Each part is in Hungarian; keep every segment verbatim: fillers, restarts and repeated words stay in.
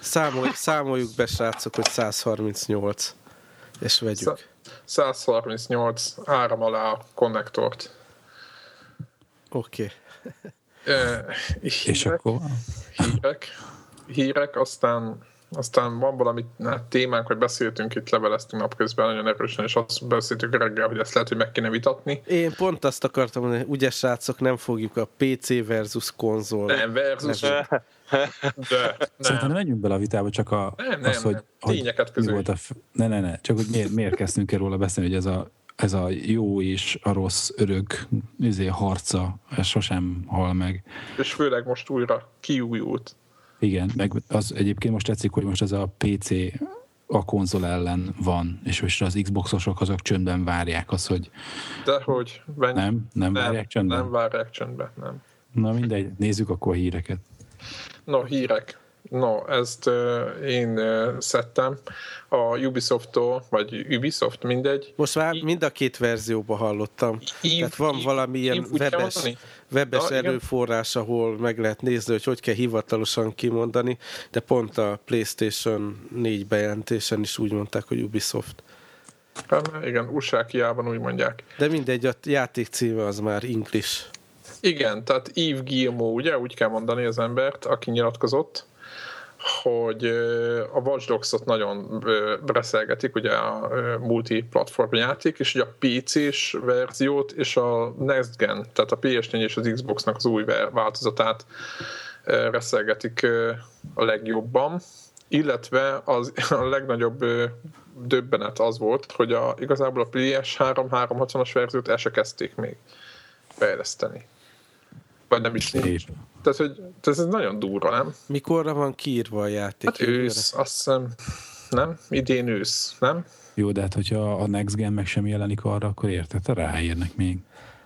Számolj, számoljuk be, srácok, hogy száz harmincnyolc, és vegyük. száz harmincnyolc, áram alá a konnektort. Oké. Okay. És akkor? Hírek, hírek, aztán, aztán van valami hát, témánk, hogy beszéltünk itt, leveleztünk napközben nagyon erősen, és azt beszéltük reggel, hogy ezt lehet, hogy meg kéne vitatni. Én pont azt akartam mondani, ugye srácok, nem fogjuk a pé cé versus konzol. Nem, versus. De, de szerintem nem menjünk bele a vitába, csak a, nem, nem, az, hogy, nem. Tényeket hogy mi volt a, ne, ne, ne, csak hogy miért, miért kezdtünk el róla beszélni, hogy ez a, ez a jó és a rossz örök izé, harca, ez sosem hal meg. És főleg most újra kiújult. Igen, meg az egyébként most tetszik, hogy most ez a pé cé a konzol ellen van, és most az Xboxosok azok csöndben várják azt, hogy... Dehogy? Nem, nem, nem várják csöndben? Nem várják csöndben, nem. Na mindegy, nézzük akkor a híreket. No, hírek. No, ezt uh, én uh, szedtem a Ubisofttól, vagy Ubisoft, mindegy. Most már mind a két verzióban hallottam. Ív, Tehát van ív, valami ilyen ív, webes, webes Na, erőforrás, ahol meg lehet nézni, hogy hogy kell hivatalosan kimondani, de pont a PlayStation négy bejelentésen is úgy mondták, hogy Ubisoft. Hát, igen, újsághiában úgy mondják. De mindegy, a játék címe az már English. Igen, tehát Yves Guillemot, ugye, úgy kell mondani az embert, aki nyilatkozott, hogy a Watch Dogs-ot nagyon reszelgetik, ugye a multiplatform játék, és ugye a pé cés verziót és a Next Gen, tehát a pé es négy és az Xboxnak az új változatát reszelgetik a legjobban, illetve az, a legnagyobb döbbenet az volt, hogy a, igazából a pé es három háromszázhatvanas verziót el se kezdték még fejleszteni. Vagy nem is nincs. Tehát, hogy ez nagyon durva, nem? Mikorra van kiírva a játék? Hát ősz, azt hiszem, nem? Idén ősz, nem? Jó, de hát, hogyha a Next Gen meg sem jelenik arra, akkor érted, ráérnek még.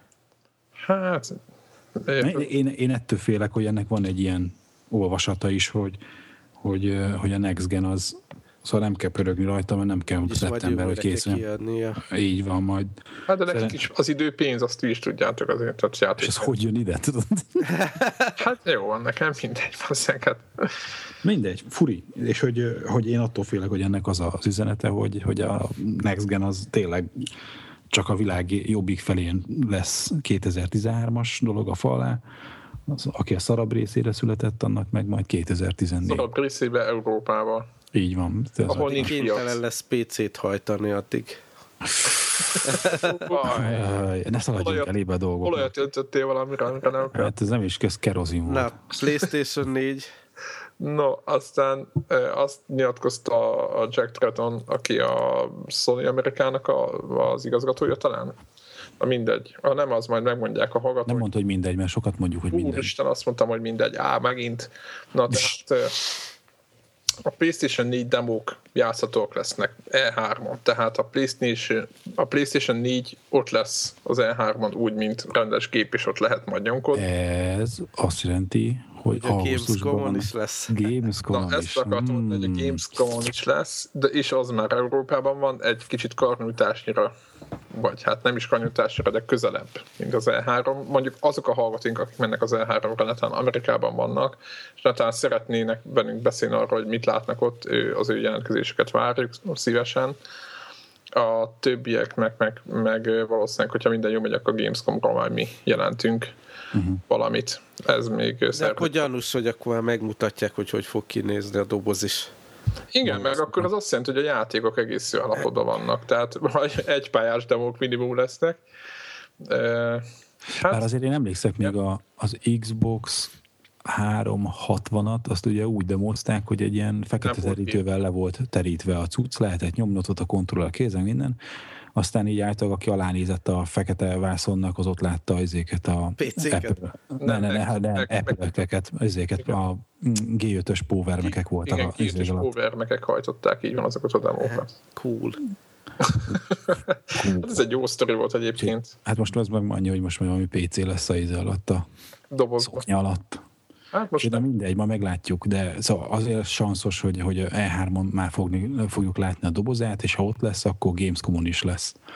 Hát... Én, én ettől félek, hogy ennek van egy ilyen olvasata is, hogy, hogy, hogy a Next Gen az, szóval nem kell pörögni rajta, mert nem kell szeptember, hogy készüljön. Így van majd. Hát de nekik Szeren... is az idő pénz, azt is tudjátok azért. Tehát játék. És ez hogy jön ide, tudod? Hát jó van, nekem mindegy. Hát. Mindegy, furi. És hogy, hogy én attól félek, hogy ennek az az üzenete, hogy, hogy a Next Gen az tényleg csak a világ jobbik felén lesz kétezer-tizenhármas dolog a fa alá. Az, aki a szarabb részére született, annak meg majd kétezer-tizennégy. Szarabb részébe Európában. Így van. Ahol nincs kénytelen lesz pé cét hajtani addig. Ne szaladjunk elébe a dolgoknak. Olajat öntöttél valamire, amire nem kell. Hát ez nem is köz kerozin volt. Na, PlayStation négy. No, aztán e, azt nyilatkozta a Jack Tretton, aki a Sony Amerikának a, az igazgatója talán. Na mindegy. Ha nem, az majd megmondják a hallgatók. Nem mondta, hogy mindegy, mert sokat mondjuk, hogy mindegy. Úristen, azt mondtam, hogy mindegy. Á, megint. Na, tehát a PlayStation négy demók játszhatók lesznek E hármon. Tehát a PlayStation, a PlayStation négy ott lesz az E hármon úgy, mint rendes gép, és ott lehet majd nyomkodni. Ez azt jelenti, hogy a Gamescom-on is lesz. Gamescom-on Na, is. ezt akartam mm. mondani, hogy a Gamescom-on is lesz, de és az már Európában van, egy kicsit karnyújtásnyira, vagy hát nem is karnyújtásnyira, de közelebb, mint az E három. Mondjuk azok a hallgatóink, akik mennek az E háromra, netán Amerikában vannak, és netán szeretnének bennünk beszélni arról, hogy mit látnak ott, az ő jelentkezéseket várjuk szívesen. A többiek meg, meg, meg valószínűleg, hogyha minden jó megy, akkor a Gamescom-ról már mi jelentünk uh-huh. valamit. Ez még de szerint... akkor gyanús, hogy akkor már megmutatják, hogy hogy fog kinézni a doboz is. Igen, meg akkor az azt jelenti, hogy a játékok egész jó állapotban vannak. Tehát egy pályás demók minimum lesznek. Hát... Bár azért én emlékszek még a, az Xbox háromszázhatvanat, azt ugye úgy demozták, hogy egy ilyen fekete terítővel le volt terítve a cucc, lehetett nyomnod ott a kontroller kézen, minden. Aztán így általában, aki alánézett a fekete vászonnak, az ott látta azéket a... pé céket. Ne, ne, ne, ne, Apple-eket, azéket a gé ötös póvermekek voltak. Igen, gé ötös póvermekek hajtották, így van azokat a demókat. Cool. Hát ez egy jó sztori volt egyébként. Hát most az meg annyi, hogy most majd valami pé cé lesz a íze alatt, a dobozba. Szoknya alatt. Hát most de mindegy, ma meglátjuk, de szóval azért sanszos, hogy, hogy E hármon már fogni, fogjuk látni a dobozát, és ha ott lesz, akkor Gamescom-on is lesz.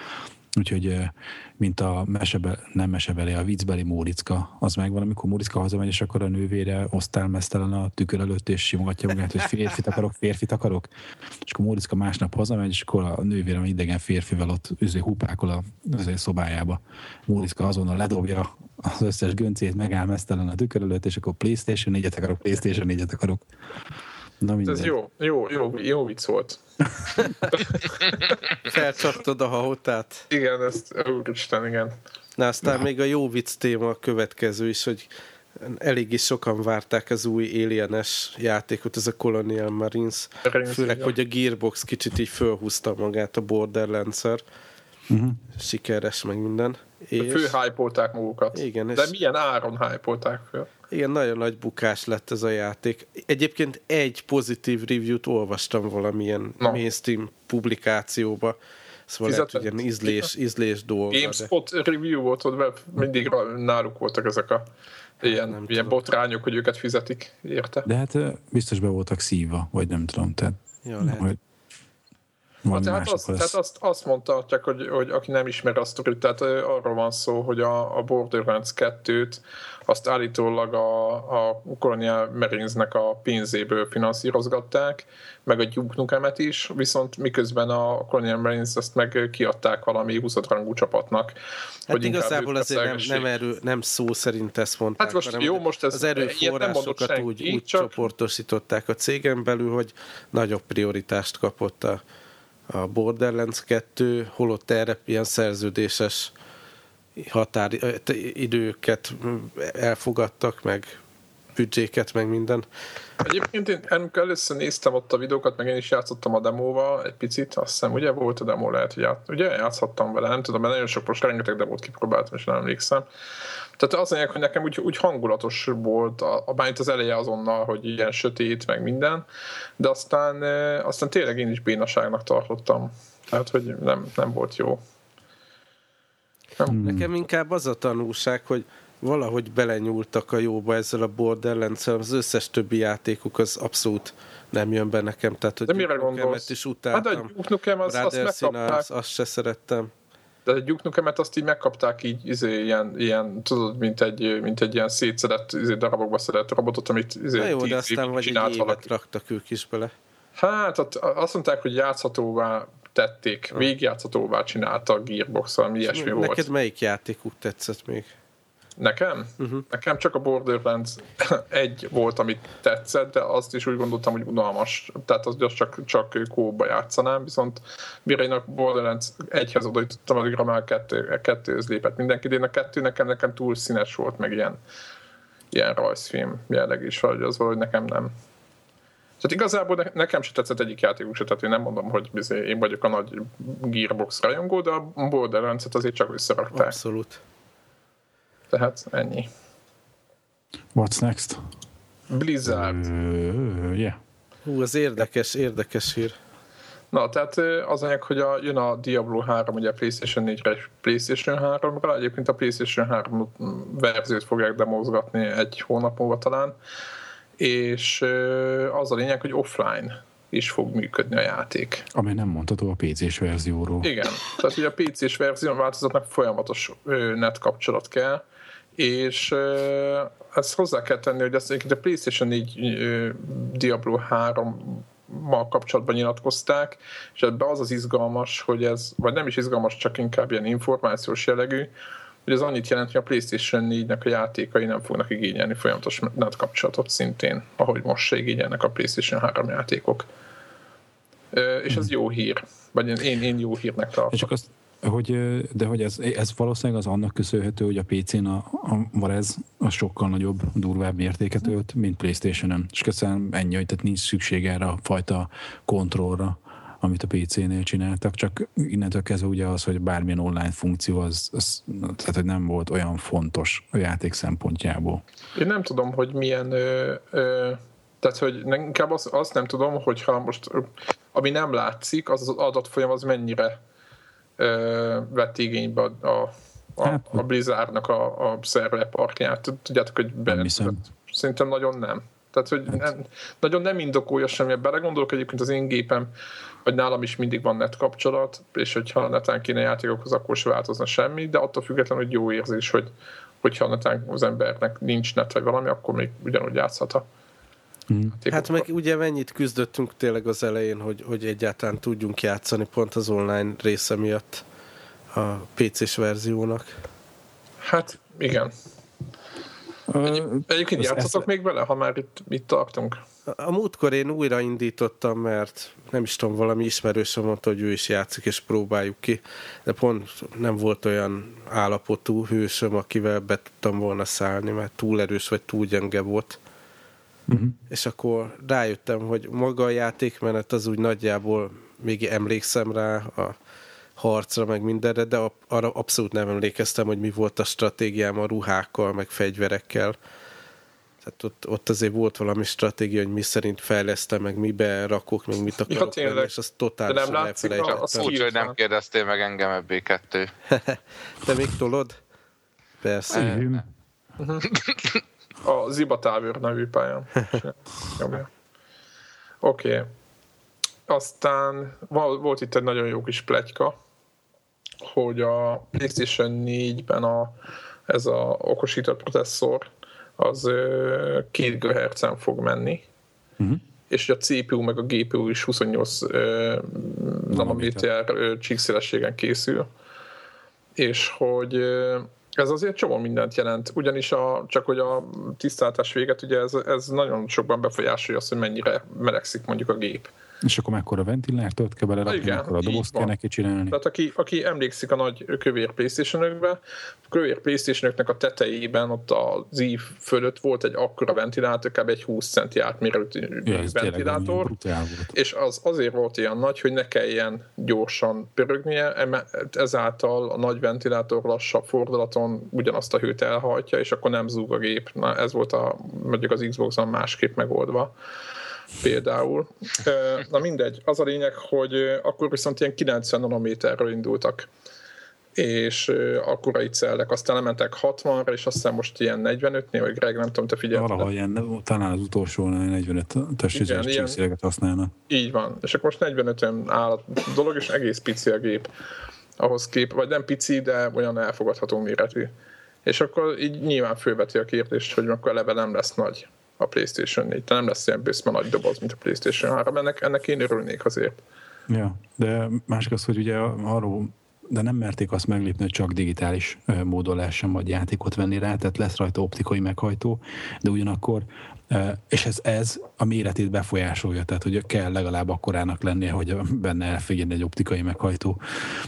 Úgyhogy, mint a mesebe, nem mesebeli, a viccbeli Móriczka, az megvan, amikor Móriczka hazamegy, és akkor a nővére osztálmeztelen a tükör előtt, és simogatja magát, hogy férfit akarok, férfit akarok. És akkor Móriczka másnap hazamegy, és akkor a nővére idegen férfivel ott üző hupákol a szobájába. Móriczka azonnal ledobja az összes göncét, megáll meztelen a tükör előtt, és akkor PlayStation négyet akarok, PlayStation négyet akarok. Na ez jó, jó, jó, jó vicc volt. Felcsaptad a hahotát. Igen, ezt, úristen, igen. Na aztán ja. még a jó vicc téma a következő is, hogy eléggé sokan várták az új Alien-es játékot, ez a Colonial Marines. Marines Főleg, igen. hogy a Gearbox kicsit így fölhúzta magát a Borderlands-szer. Uh-huh. Sikeres, meg minden. És fő hype-olták magukat. Igen, de milyen áron hype-olták föl? Igen, nagyon nagy bukás lett ez a játék. Egyébként egy pozitív review-t olvastam valamilyen no. mainstream publikációba. Szóval lehet, hogy ilyen ízlés, ízlés dolga. GameSpot de... review volt, hogy mindig náluk voltak ezek a ilyen, ilyen botrányok, hogy őket fizetik, érte? De hát biztos be voltak szívva, vagy nem tudom. Tehát, ja, lehet. Hogy... Hát, tehát azt, tehát azt, azt mondta, csak, hogy, hogy aki nem ismer a sztorit, tehát arról van szó, hogy a, a Borderlands kettőt azt állítólag a, a Colonial Marinesnek a pénzéből finanszírozgatták, meg a Duke Nukemet is, viszont miközben a Colonial Marines azt meg kiadták valami huszadrangú csapatnak. Hát hogy igazából azért nem, nem, erő, nem szó szerint ezt mondták, hát most, jó, most ez, az erőforrásokat úgy, úgy csak... csoportosították a cégen belül, hogy nagyobb prioritást kapott a a Borderlands kettő, holott erre ilyen szerződéses határidőket elfogadtak, meg büdzséket, meg minden. Egyébként én először néztem ott a videókat, meg én is játszottam a demóval egy picit, azt hiszem, ugye volt a demó, lehet, hogy ját, ugye játszhattam vele, nem tudom, mert nagyon sok, most rengeteg demót kipróbáltam, és nem emlékszem. Tehát az mondják, hogy nekem úgy, úgy hangulatos volt, a, a bányt az eleje azonnal, hogy ilyen sötét, meg minden, de aztán, aztán tényleg én is bénaságnak tartottam. Tehát, hogy nem, nem volt jó. Nem. Nekem inkább az a tanulság, hogy valahogy belenyúltak a jóba ezzel a Borderlands-el, az összes többi játékuk az abszolút nem jön be nekem. Tehát, hogy de mire gondolsz? Is utáltam. Hát a Duke Nukem az, azt megkapták. Azt, azt se szerettem. De a Duke Nukemet azt így megkapták így, izé, ilyen, ilyen, tudod, mint egy, mint egy ilyen szétszedett, izé, darabokba szedett robotot, amit izé, na jó, de aztán vagy egy évet valaki. Raktak ők is bele. Hát azt mondták, hogy játszhatóvá tették, végigjátszhatóvá csinálta a Gearbox, valami ilyesmi neked volt. Neked melyik játékuk tetszett még? Nekem? Uh-huh. Nekem csak a Borderlands egy volt, amit tetszett, de azt is úgy gondoltam, hogy unalmas. Tehát azt, azt csak, csak kóba játszanám, viszont mire én a Borderlands egyhez oda jutottam, addigra már kettő, kettőhöz lépett mindenki, de én a kettő nekem, nekem túl színes volt, meg ilyen, ilyen rajzfilm jelleg is, vagy az valahogy nekem nem. Tehát igazából ne, nekem se tetszett egyik játékuk se, tehát én nem mondom, hogy én vagyok a nagy Gearbox rajongó, de a Borderlands-et azért csak összerakták. Abszolút. Tehát ennyi. What's next? Blizzard. Uh, yeah. Hú, az érdekes, érdekes hír. Na, tehát az anyag, hogy a, jön a Diablo három, ugye PlayStation négyre és PlayStation háromra, egyébként a PlayStation három verziót fogják demozgatni egy hónap múlva talán, és az a lényeg, hogy offline is fog működni a játék. Ami nem mondható a pé cés verzióról. Igen, tehát ugye a pé cés verzió változatnak folyamatos net kapcsolat kell, és ezt hozzá kell tenni, hogy ezt a PlayStation négy Diablo hárommal kapcsolatban nyilatkozták, és ebben az az izgalmas, hogy ez, vagy nem is izgalmas, csak inkább ilyen információs jellegű, hogy ez annyit jelent, hogy a PlayStation négynek a játékai nem fognak igényelni folyamatos net kapcsolatot szintén, ahogy most se igényelnek a PlayStation három játékok. És ez jó hír. Vagy én, én jó hírnek tartom. Csak azt, hogy, de hogy ez, ez valószínűleg az annak köszönhető, hogy a pé cén a, a Varez a sokkal nagyobb, durvább értéket ölt, mint PlayStation-en. És köszönöm ennyi, hogy tehát nincs szükség erre a fajta kontrollra, amit a pé cénél csináltak, csak innentől kezdve ugye az, hogy bármilyen online funkció, az, az tehát, hogy nem volt olyan fontos a játék szempontjából. Én nem tudom, hogy milyen ö, ö, tehát, hogy inkább azt, azt nem tudom, hogyha most ami nem látszik, az az adatfolyam az mennyire ö, vett igénybe a, a, a, hát, a Blizzardnak a, a szerverparkját. Tudjátok, hogy be, szerintem nagyon nem. Tehát, hogy nem, nagyon nem indokolja semmi. Belegondolok egyébként az én gépem, hogy nálam is mindig van net kapcsolat, és hogyha netán kéne játékokhoz, akkor se változna semmi, de attól függetlenül, hogy jó érzés, hogy hogyha netán az embernek nincs net vagy valami, akkor még ugyanúgy játszhat a hmm. Hát meg ugye mennyit küzdöttünk tényleg az elején, hogy, hogy egyáltalán tudjunk játszani pont az online része miatt a pé cés verziónak. Hát igen. Egy, egyébként játszatok még vele, ha már itt, itt tartunk? A múltkor én újraindítottam, mert nem is tudom, valami ismerősöm mondta, hogy ő is játszik, és próbáljuk ki. De pont nem volt olyan állapotú hősöm, akivel be tudtam volna szállni, mert túl erős vagy túl gyenge volt. Uh-huh. És akkor rájöttem, hogy maga a játékmenet az úgy nagyjából még emlékszem rá a harcra, meg mindenre, de arra abszolút nem emlékeztem, hogy mi volt a stratégiám a ruhákkal, meg fegyverekkel. Tehát ott, ott azért volt valami stratégia, hogy mi szerint fejlesztem, meg mibe rakok, meg mit akarok ja, lenni, és azt totálisan elfelejtettem. Úgy, hogy nem kérdeztél meg engem e bé kettő. Te még tolod? Persze. A Zibatávőr nevű pályán. Oké. Okay. Aztán volt itt egy nagyon jó kis pletyka, hogy a PlayStation négyben a, ez a okosított processzor az két gigahertzen fog menni, uh-huh. és hogy a cé pé u meg a gé pé u is huszonnyolc nanométer csíkszélességen készül, és hogy ez azért csomó mindent jelent, ugyanis a, csak hogy a tisztáltatás véget, ugye ez, ez nagyon sokban befolyásolja azt, hogy mennyire melegszik mondjuk a gép. És akkor mekkora ventilátort kell belerakni, mekkora dobozt kell neki csinálni. Tehát aki, aki emlékszik a nagy kövér PlayStation-ökbe, a kövér PlayStation-öknek a tetejében, ott az ív fölött volt egy akkora ventilátor, kb. Egy húsz centi átmérőjű ja, ventilátor, és az azért volt ilyen nagy, hogy ne kelljen gyorsan pörögnie, ezáltal a nagy ventilátor lassabb fordulaton ugyanazt a hőt elhajtja, és akkor nem zúg a gép. Na, ez volt a, mondjuk az Xbox-on másképp megoldva. Például. Na mindegy, az a lényeg, hogy akkor viszont ilyen kilencven nanométerről indultak, és akkorai cellek, aztán lementek hatvanra, és aztán most ilyen negyvenötnél, vagy Greg, nem tudom, te figyelted. Valahol ilyen, talán az utolsónál negyvenöt-ös csíkszéleket használnak. Így van, és akkor most negyvenötön áll a dolog, és egész pici a gép ahhoz kép, vagy nem pici, de olyan elfogadható méretű. És akkor így nyilván fölveti a kérdést, hogy akkor eleve nem lesz nagy a PlayStation négy. De nem lesz ilyen bőszme nagy doboz, mint a PlayStation három. Ennek, ennek én örülnék azért. Ja, de másik az, hogy ugye arról, de nem merték azt meglépni, hogy csak digitális módon lehessen majd játékot venni rá, tehát lesz rajta optikai meghajtó, de ugyanakkor, és ez, ez a méretét befolyásolja, tehát hogy kell legalább akkorának lennie, hogy benne elférjen egy optikai meghajtó.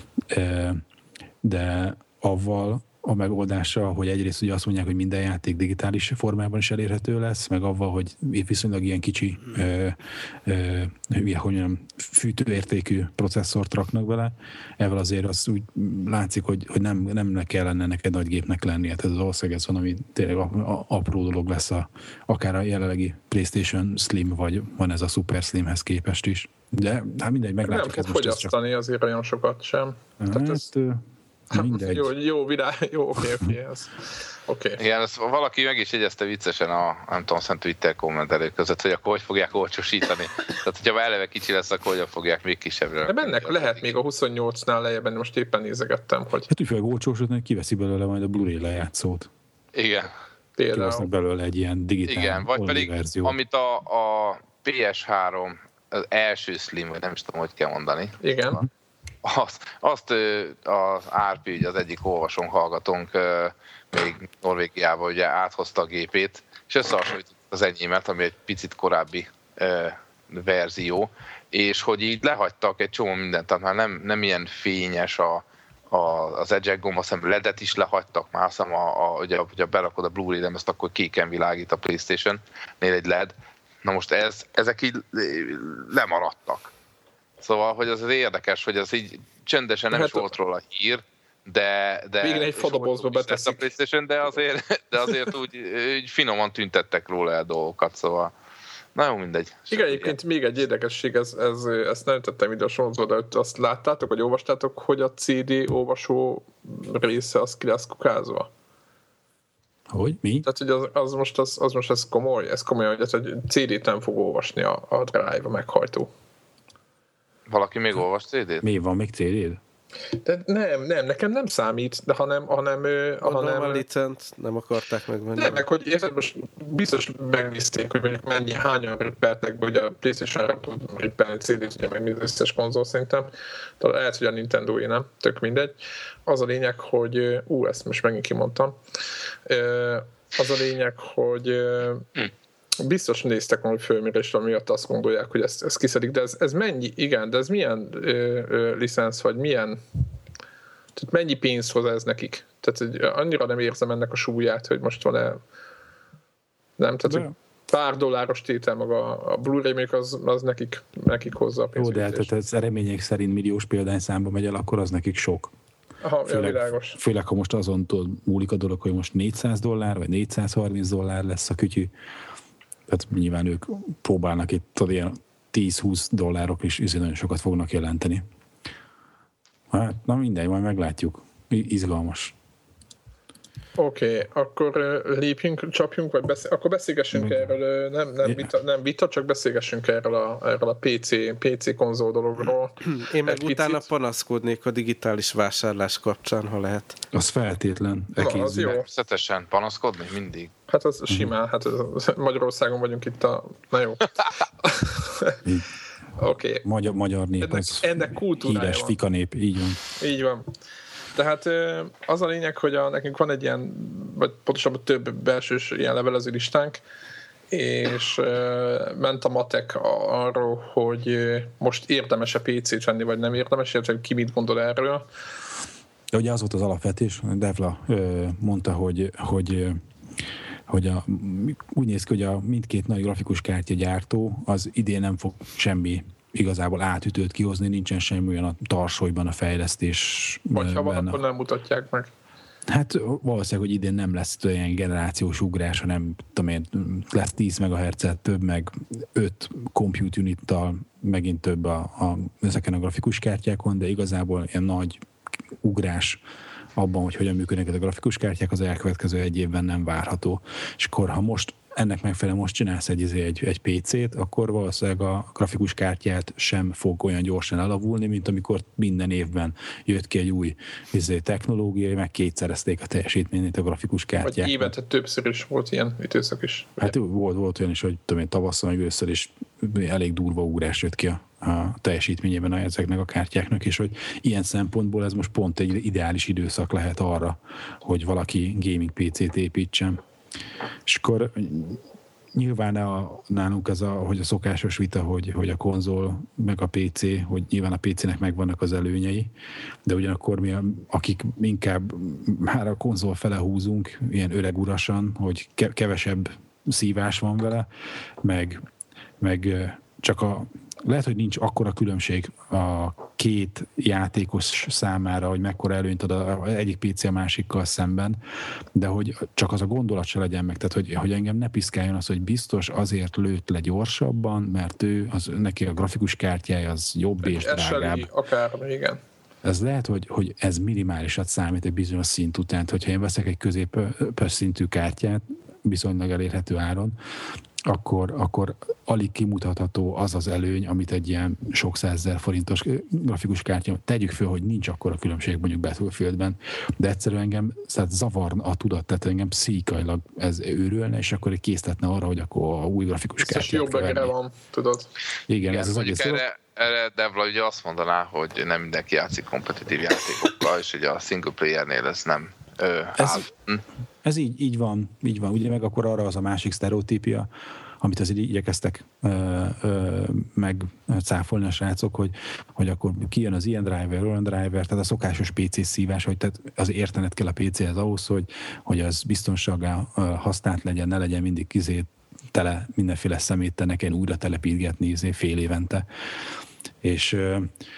De avval a megoldása, hogy egyrészt ugye azt mondják, hogy minden játék digitális formában is elérhető lesz, meg avval, hogy viszonylag ilyen kicsi ö, ö, ugye, hogy mondjam, fűtőértékű processzort raknak vele, ezzel azért az úgy látszik, hogy, hogy nem, nem kellene ennek egy nagy gépnek lennie. Hát ez az ország, ez van, ami tényleg a, a, apró dolog lesz a, akár a jelenlegi PlayStation Slim, vagy van ez a Super Slimhez képest is. De hát mindegy, meglátjuk. Nem fog fogyasztani csak... azért olyan sokat sem. Hát, Tehát ez... Mindegy. Jó, jó, virág, jó, oké, oké, ez. Oké. Igen, ezt valaki meg is jegyezte viccesen a, nem tudom, szent Twitter kommentelők között, hogy akkor hogy fogják olcsosítani. Tehát, hogyha eleve kicsi lesz, akkor hogyan fogják még kisebbre. De bennek lehet még a huszonnyolcnál lejjebb, most éppen nézegettem, hogy... Hát úgy fogják olcsósodni, hogy kiveszi belőle majd a Blu-ray lejátszót. Igen. Kivesznek belőle egy ilyen digitál Igen, vagy pedig, verziót. amit a, a pé es három, az első Slim, vagy nem is tudom, hogy kell mondani. Igen. Azt, azt az á pé, ugye az egyik olvasónk, hallgatónk még Norvégiában ugye áthozta a gépét, és összehasonlított az enyémet, ami egy picit korábbi verzió, és hogy így lehagytak egy csomó mindent, tehát már nem, nem ilyen fényes a, a, az eject gomb, azt hiszem ledet is lehagytak, már azt hiszem, a, a, ugye, hogyha berakod a Blu-ray lemezt, akkor kéken világít a PlayStation-nél egy led. Na most ez, ezek így lemaradtak. Szóval, hogy az, az érdekes, hogy az így csendesen nem hát, is volt róla hír, de... de végre egy fadobozba beteszik. A PlayStation, de azért, de azért úgy, úgy finoman tüntettek róla el dolgokat, szóval... Na jó, mindegy. Igen, egyébként még egy érdekesség, ez, ez, ezt nem tettem ide a sorozatba, de azt láttátok, vagy olvastátok, hogy a cé dé olvasó része az ki lesz kukázva? Hogy? Mi? Tehát, hogy az, az, most, az, az most ez komoly, ez komoly, hogy, hogy cé dét nem fog olvasni a, a Drive, a meghajtó. Valaki még olvas cé dét? Mi van még cé déd? De nem, nem, nekem nem számít, de hanem... hanem, hanem a licent nem akarták megvenni. Nem, meg hogy érted, most biztos megnézték, hogy mondjuk mennyi, hányan rippeltek be, hogy a PlayStation-ra tud rippelni cé dét, ugye meg az összes konzol szerintem. De lehet, hogy a Nintendo-é nem, tök mindegy. Az a lényeg, hogy... Ú, ezt most megint kimondtam. Az a lényeg, hogy... Biztos néztek valami fölmérésre, miatt azt gondolják, hogy ezt, ezt kiszedik, de ez, ez mennyi, igen, de ez milyen ö, ö, licensz, vagy milyen, tehát mennyi pénz hoz ez nekik? Tehát hogy annyira nem érzem ennek a súlyát, hogy most van-e, nem, tehát hogy pár dolláros tétel maga a Blu-ray még az, az nekik, nekik hozza a pénzt. Jó, de hát ez remények szerint milliós példányszámba megy el, akkor az nekik sok. Aha, főleg, világos. Főleg, ha most azon múlik a dolog, hogy most négyszáz dollár, vagy négyszázharminc dollár lesz a kütyű. Tehát nyilván ők próbálnak itt ilyen tíz-húsz dollárok is nagyon sokat fognak jelenteni. Hát, na mindegy, majd meglátjuk. Izgalmas. Oké, okay, akkor lépjünk, csapjunk, vagy beszél, akkor beszélgessünk Még... erről, nem, nem, vita, nem vita, csak beszélgessünk erről a, erről a pé cé, pé cé konzol dologról. Én meg utána panaszkodnék a digitális vásárlás kapcsán, ha lehet. Az feltétlen. Na, az jó. Természetesen panaszkodni mindig. Hát az simán, hát az, Magyarországon vagyunk itt a... Na jó. Oké. Okay. Magyar, magyar nép, ennek, az ennek kultúrája híres van. fika nép, így van. Így van. Tehát az a lényeg, hogy a, nekünk van egy ilyen, vagy pontosabban több belsős ilyen levelező listánk, és ment a matek arról, hogy most érdemes-e pé cét venni, vagy nem érdemes, illetve ki mit gondol erről. De ugye az volt az alapvetés, Devla mondta, hogy, hogy hogy a, úgy néz ki, hogy a mindkét nagy grafikus kártya gyártó az idén nem fog semmi igazából átütőt kihozni, nincsen semmi olyan a tarsolyban a fejlesztés. Vagy ha van, akkor nem mutatják meg. Hát valószínűleg, hogy idén nem lesz olyan generációs ugrás, hanem tudom én, lesz tíz megahertzet több, meg öt compute unittal megint több a, a, ezeken a grafikus kártyákon, de igazából ilyen nagy ugrás abban, hogy hogyan működnek a grafikus kártyák, az elkövetkező egy évben nem várható. És akkor, ha most ennek megfelelően most csinálsz egy, egy, egy pé cét, akkor valószínűleg a grafikus kártyát sem fog olyan gyorsan elavulni, mint amikor minden évben jött ki egy új izé, technológia, meg kétszerezték a teljesítményét a grafikus kártyák. Vagy évente többször is volt ilyen időszak is. Hát volt, volt olyan is, hogy tudom én, tavasszal meg ősszel is elég durva ugrás jött ki a, a teljesítményében ezeknek a kártyáknak, és hogy ilyen szempontból ez most pont egy ideális időszak lehet arra, hogy valaki gaming pé cét építsen. És akkor nyilván a, nálunk ez a, hogy a szokásos vita, hogy, hogy a konzol meg a pé cé, hogy nyilván a pé cének megvannak az előnyei, de ugyanakkor mi, akik inkább már a konzol fele húzunk, ilyen öreg urasan, hogy kevesebb szívás van vele, meg, meg csak a lehet, hogy nincs akkora különbség a két játékos számára, hogy mekkora előnyt ad az egyik pé cé a másikkal szemben, de hogy csak az a gondolat se legyen meg, tehát hogy, hogy engem ne piszkáljon az, hogy biztos azért lőtt le gyorsabban, mert ő, az, neki a grafikus kártyája az jobb egy és drágább. Akár, igen. Ez lehet, hogy, hogy ez minimálisat számít egy bizonyos szint után, hogyha én veszek egy középes szintű kártyát, viszonylag elérhető áron, akkor, akkor alig kimutatható az az előny, amit egy ilyen sok százezer forintos grafikus kártya, tegyük föl, hogy nincs akkora különbség mondjuk Battlefieldben, de egyszerűen engem szóval zavar a tudat, tehát engem pszichikailag ez őrülne, és akkor késztetne arra, hogy akkor a új grafikus kártyát jobb megere van, tudod. Igen, Igen, ez az egész. Erre, erre Devla ugye azt mondaná, hogy nem mindenki játszik kompetitív játékokkal, és ugye a single playernél ez nem ö, ez, áll. Hm? Ez így, így van, így van. Ugye meg akkor arra az a másik sztereotípia, amit azért igyekeztek ö, ö, megcáfolni a srácok, hogy, hogy akkor kijön az ilyen driver, olyan driver, tehát a szokásos pé cé szívás, hogy tehát az értenet kell a pé céhez ahhoz, hogy, hogy az biztonsággal használt legyen, ne legyen mindig kizét tele mindenféle szemét, ne kelljen újra telepítgetni izé, fél évente. És ö,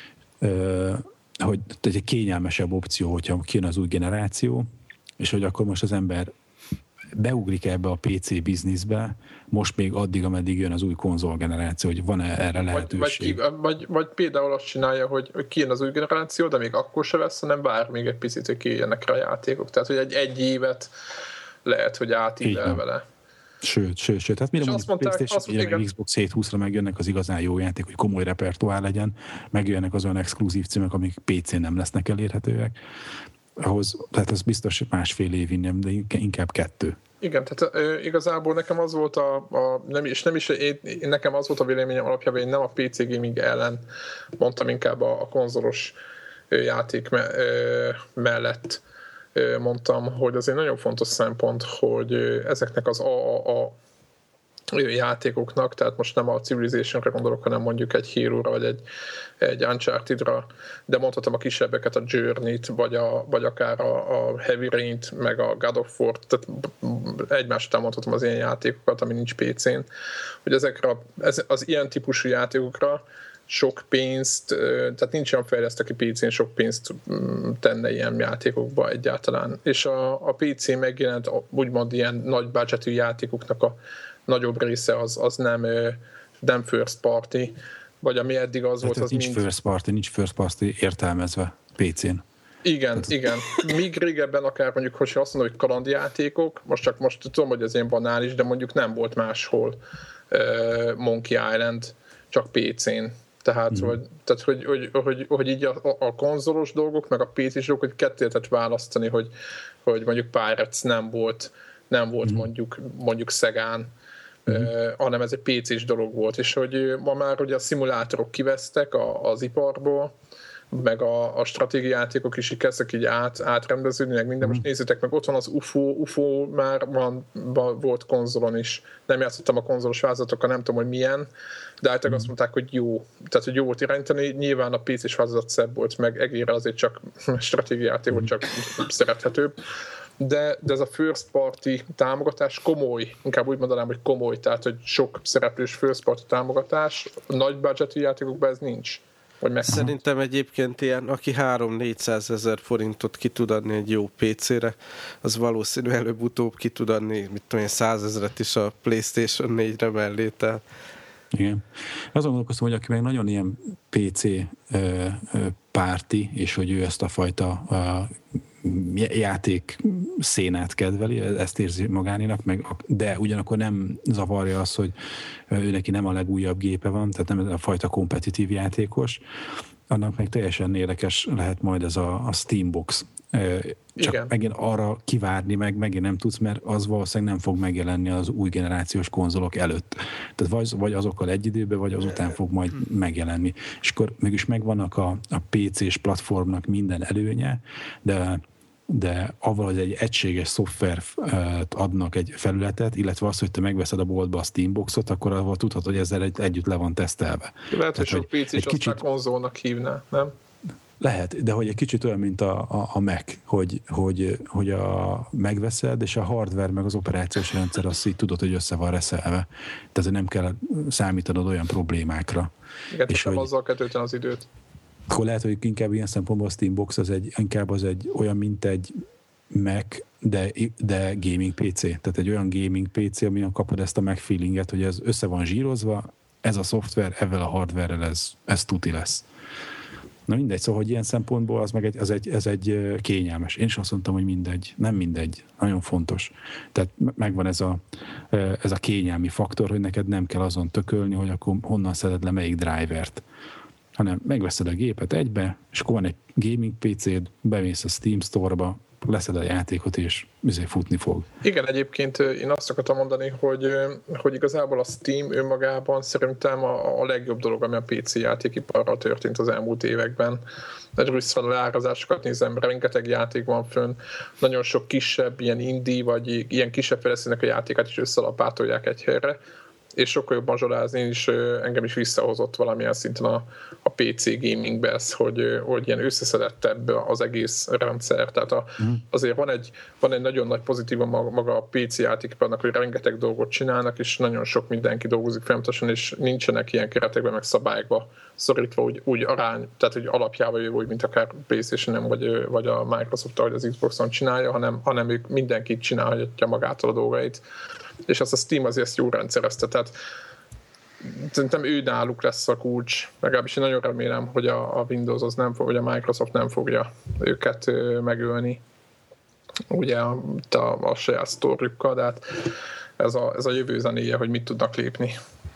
ö, hogy egy kényelmesebb opció, hogyha kijön az új generáció, és hogy akkor most az ember beugrik ebbe a pé cé bizniszbe, most még addig, ameddig jön az új konzolgeneráció, hogy van-e erre lehetőség. Vagy, vagy, vagy, vagy például azt csinálja, hogy kijön az új generáció, de még akkor se lesz, hanem vár még egy picit, hogy kijönnek rá a játékok. Tehát, hogy egy, egy évet lehet, hogy átível vele. Sőt, sőt, sőt. Hát mire mondjuk mondták, PlayStation, meg Xbox hétszázhúszra megjönnek az igazán jó játék, hogy komoly repertoár legyen, megjönnek az olyan exkluzív címek, amik pé cén nem lesznek elérhetőek. Ahhoz, tehát az biztos másfél év innen, de inkább kettő. Igen, tehát ö, igazából nekem az volt a, a nem, és nem is, én, nekem az volt a véleményem alapján, hogy én nem a pé cé gaming ellen mondtam, inkább a, a konzolos játék me, ö, mellett ö, mondtam, hogy az egy nagyon fontos szempont, hogy ezeknek az a, a, a játékoknak, tehát most nem a Civilizationre gondolok, hanem mondjuk egy Hero-ra, vagy egy, egy Uncharted-ra, de mondhatom a kisebbeket, a Journey-t, vagy, a, vagy akár a, a Heavy Rain-t, meg a God of War-t, tehát egymás után mondhatom az ilyen játékokat, ami nincs pé cén, hogy ezekre, ez, az ilyen típusú játékokra sok pénzt, tehát nincs olyan fejleszt, aki pé cén sok pénzt tenne ilyen játékokba egyáltalán. És a, a pé cé megjelent úgymond ilyen nagy budgetű játékoknak a nagyobb része az, az nem, nem first party, vagy ami eddig az tehát volt, az nincs mind... first party, nincs first party értelmezve pé cén. Igen, tehát... igen. Míg régebben akár mondjuk, hogyha azt mondom, hogy kalandjátékok, most csak most tudom, hogy ez ilyen banális, de mondjuk nem volt máshol uh, Monkey Island, csak pé cén. Tehát, mm. hogy, tehát hogy, hogy, hogy, hogy így a, a konzolos dolgok, meg a pé cés dolgok, hogy ketté lehetett választani, hogy, hogy mondjuk Pirates nem volt, nem volt mm. mondjuk, mondjuk Szegán, Mm. Uh, hanem ez egy pé cés dolog volt, és hogy ma már ugye a szimulátorok kivesztek a, az iparból, meg a, a stratégiajátékok is így kezdtek így át, átrendeződni, meg minden. Mm. Most nézzétek meg, ott van az u ef o, u ef o már van, van, volt konzolon is. Nem játszottam a konzolos változatokkal, nem tudom, hogy milyen, de általában mm. azt mondták, hogy jó. Tehát, hogy jó volt irányítani, nyilván a pé cés változat szebb volt, meg egére azért csak stratégiajáték volt, csak szerethetőbb. De, de ez a first party támogatás komoly, inkább úgy mondanám, hogy komoly, tehát hogy sok szereplős first party támogatás, nagy budgetű játékokban ez nincs. Vagy Szerintem egyébként ilyen, aki három-négyszázezer forintot ki tud adni egy jó pé cére, az valószínű előbb-utóbb ki tud adni, mit tudom én, százezret is a PlayStation négyre mellé. Tehát. Igen. Azon gondolkoztam, hogy aki meg nagyon ilyen pé cé ö, ö, párti, és hogy ő ezt a fajta ö, játék szénát kedveli, ezt érzi magánénak, meg, de ugyanakkor nem zavarja az, hogy ő neki nem a legújabb gépe van, tehát nem a fajta kompetitív játékos, annak meg teljesen érdekes lehet majd ez a, a Steambox. Csak igen. Megint arra kivárni meg, megint nem tudsz, mert az valószínűleg nem fog megjelenni az új generációs konzolok előtt. Tehát vagy, vagy azokkal egy időben, vagy azután fog majd megjelenni. És akkor mégis megvannak a, a pé cés platformnak minden előnye, de de avval, hogy egy egységes szoftvert adnak egy felületet, illetve az, hogy te megveszed a boltba a Steamboxot, akkor avval tudhatod, hogy ezzel egy, együtt le van tesztelve. Lehet, hogy sok pé cés azt kicsit... konzolnak hívná, nem? Lehet, de hogy egy kicsit olyan, mint a, a, a Mac, hogy, hogy, hogy a, megveszed, és a hardware meg az operációs rendszer azt így tudod, hogy össze van reszelve. Tehát nem kell számítanod olyan problémákra. Igen, és hogy... azzal kell tölteni az időt. Akkor lehet, hogy inkább ilyen szempontból a Steambox az egy, inkább az egy olyan, mint egy Mac, de, de gaming pé cé. Tehát egy olyan gaming pé cé, amiben kapod ezt a Mac feelinget, hogy ez össze van zsírozva, ez a szoftver, ezzel a hardware-rel ez, ez tuti lesz. Na mindegy, szóval, hogy ilyen szempontból az meg egy, az egy, ez egy kényelmes. Én is azt mondtam, hogy mindegy. Nem mindegy. Nagyon fontos. Tehát megvan ez a, ez a kényelmi faktor, hogy neked nem kell azon tökölni, hogy akkor honnan szeded le melyik drivert, hanem megveszed a gépet egybe, és akkor van egy gaming pé céd, bemész a Steam Store-ba, leszed a játékot, és azért futni fog. Igen, egyébként én azt akartam mondani, hogy, hogy igazából a Steam önmagában szerintem a, a legjobb dolog, ami a pé cé játékiparral történt az elmúlt években. Egy rösszal leárazásokat nézem, rengeteg játék van fönn, nagyon sok kisebb, ilyen indie, vagy ilyen kisebb fejlesztőnek a játékát is összelapátolják egy helyre, és sokkal jobban zsolázni, és engem is visszahozott valamilyen szinten a, a pé cé gamingbe ez, hogy, hogy ilyen összeszedettebb az egész rendszer. Tehát a, mm. azért van egy, van egy nagyon nagy pozitíva maga, maga a pé cé játékban, hogy rengeteg dolgot csinálnak, és nagyon sok mindenki dolgozik folyamatosan, és nincsenek ilyen keretekben, meg szabályokba szorítva úgy, úgy arány, tehát hogy alapjában jövő, úgy, mint akár PlayStation-en, vagy, vagy a Microsoft, vagy az Xboxon csinálja, hanem, hanem ők mindenki csinálhatja magától a dolgait. És azt a Steam azért ezt jól rendszerezte, tehát szerintem ő náluk lesz a kulcs, legalábbis én nagyon remélem, hogy a, a Windows az nem fog, vagy a Microsoft nem fogja őket megölni. ugye a, a, a saját sztorjukkal, de hát ez a, ez a jövő zenéje, hogy mit tudnak lépni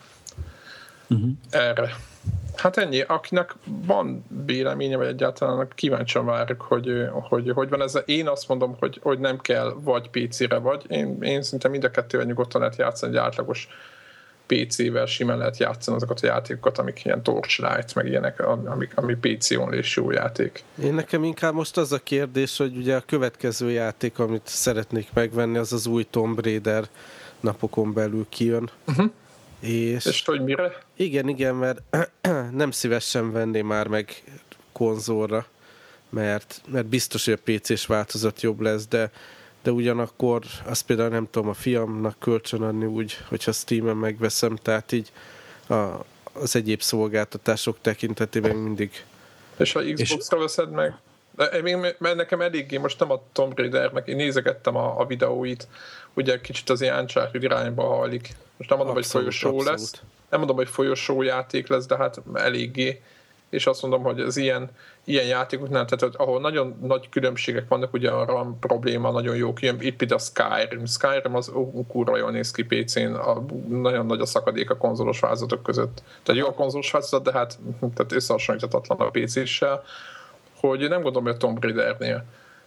uh-huh. erre. Hát ennyi. Akinek van véleménye, vagy egyáltalán kíváncsian várjuk, hogy, hogy hogy van ez. Én azt mondom, hogy, hogy nem kell vagy pé cére, vagy. Én, én szinte mind a kettővel nyugodtan lehet játszani, egy átlagos pé cével simán lehet játszani azokat a játékokat, amik ilyen Torchlight, meg ilyenek, amik, ami pé cé only és jó játék. Én nekem inkább most az a kérdés, hogy ugye a következő játék, amit szeretnék megvenni, az az új Tomb Raider napokon belül kijön. Uh-huh. És, és hogy mire? Igen, igen, mert nem szívesen venni már meg konzolra, mert, mert biztos, hogy a pé cés változat jobb lesz, de, de ugyanakkor azt például nem tudom a fiamnak kölcsönadni úgy, hogyha Steamen megveszem, tehát így a, az egyéb szolgáltatások tekintetében mindig. És ha Xbox-ra veszed meg? De én, mert nekem eléggé, most nem a Tomb Raidernek, én nézegettem a, a videóit, ugye kicsit az ilyen Uncharted irányba hajlik. Most nem mondom, abszolút, hogy folyosó abszolút. lesz. Nem mondom, hogy folyosó játék lesz, de hát eléggé. És azt mondom, hogy az ilyen, ilyen játékok nem, tehát ahol nagyon nagy különbségek vannak, ugye a RAM probléma nagyon jó kijön, itt például a Skyrim. Skyrim az kurva jól néz ki pé cén, a, nagyon nagy a szakadék a konzolos változatok között. Tehát jó a konzolos változat, de hát tehát összehasonlíthatatlan a pé céssel, hogy nem gondolom, hogy a Tomb Raidernél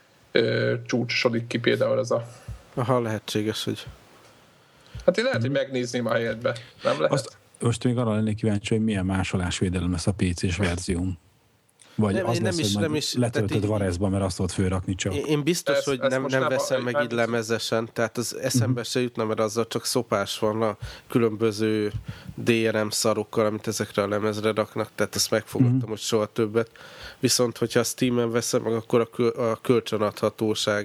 ö, csúcsosodik ki például ez a... Aha, lehetséges, hogy... Hát én lehet, hogy megnézném a helyetbe. Nem lehet? Azt, most még arra lennék kíváncsi, hogy milyen másolásvédelem lesz a pé cés verzióm. Vagy nem, az lesz, is, hogy is, letöltöd Varezba, mert azt ott fölrakni csak. Én biztos, ez, hogy ez nem, nem veszem a, meg így lemezesen, tehát az eszembe uh-huh. se jutna, mert azzal csak szopás van a különböző dé er em szarokkal, amit ezekre a lemezre raknak, tehát ezt megfogadtam, uh-huh. hogy soha többet. Viszont, hogyha a Steamen veszem, meg akkor a, köl, a kölcsönadhatóság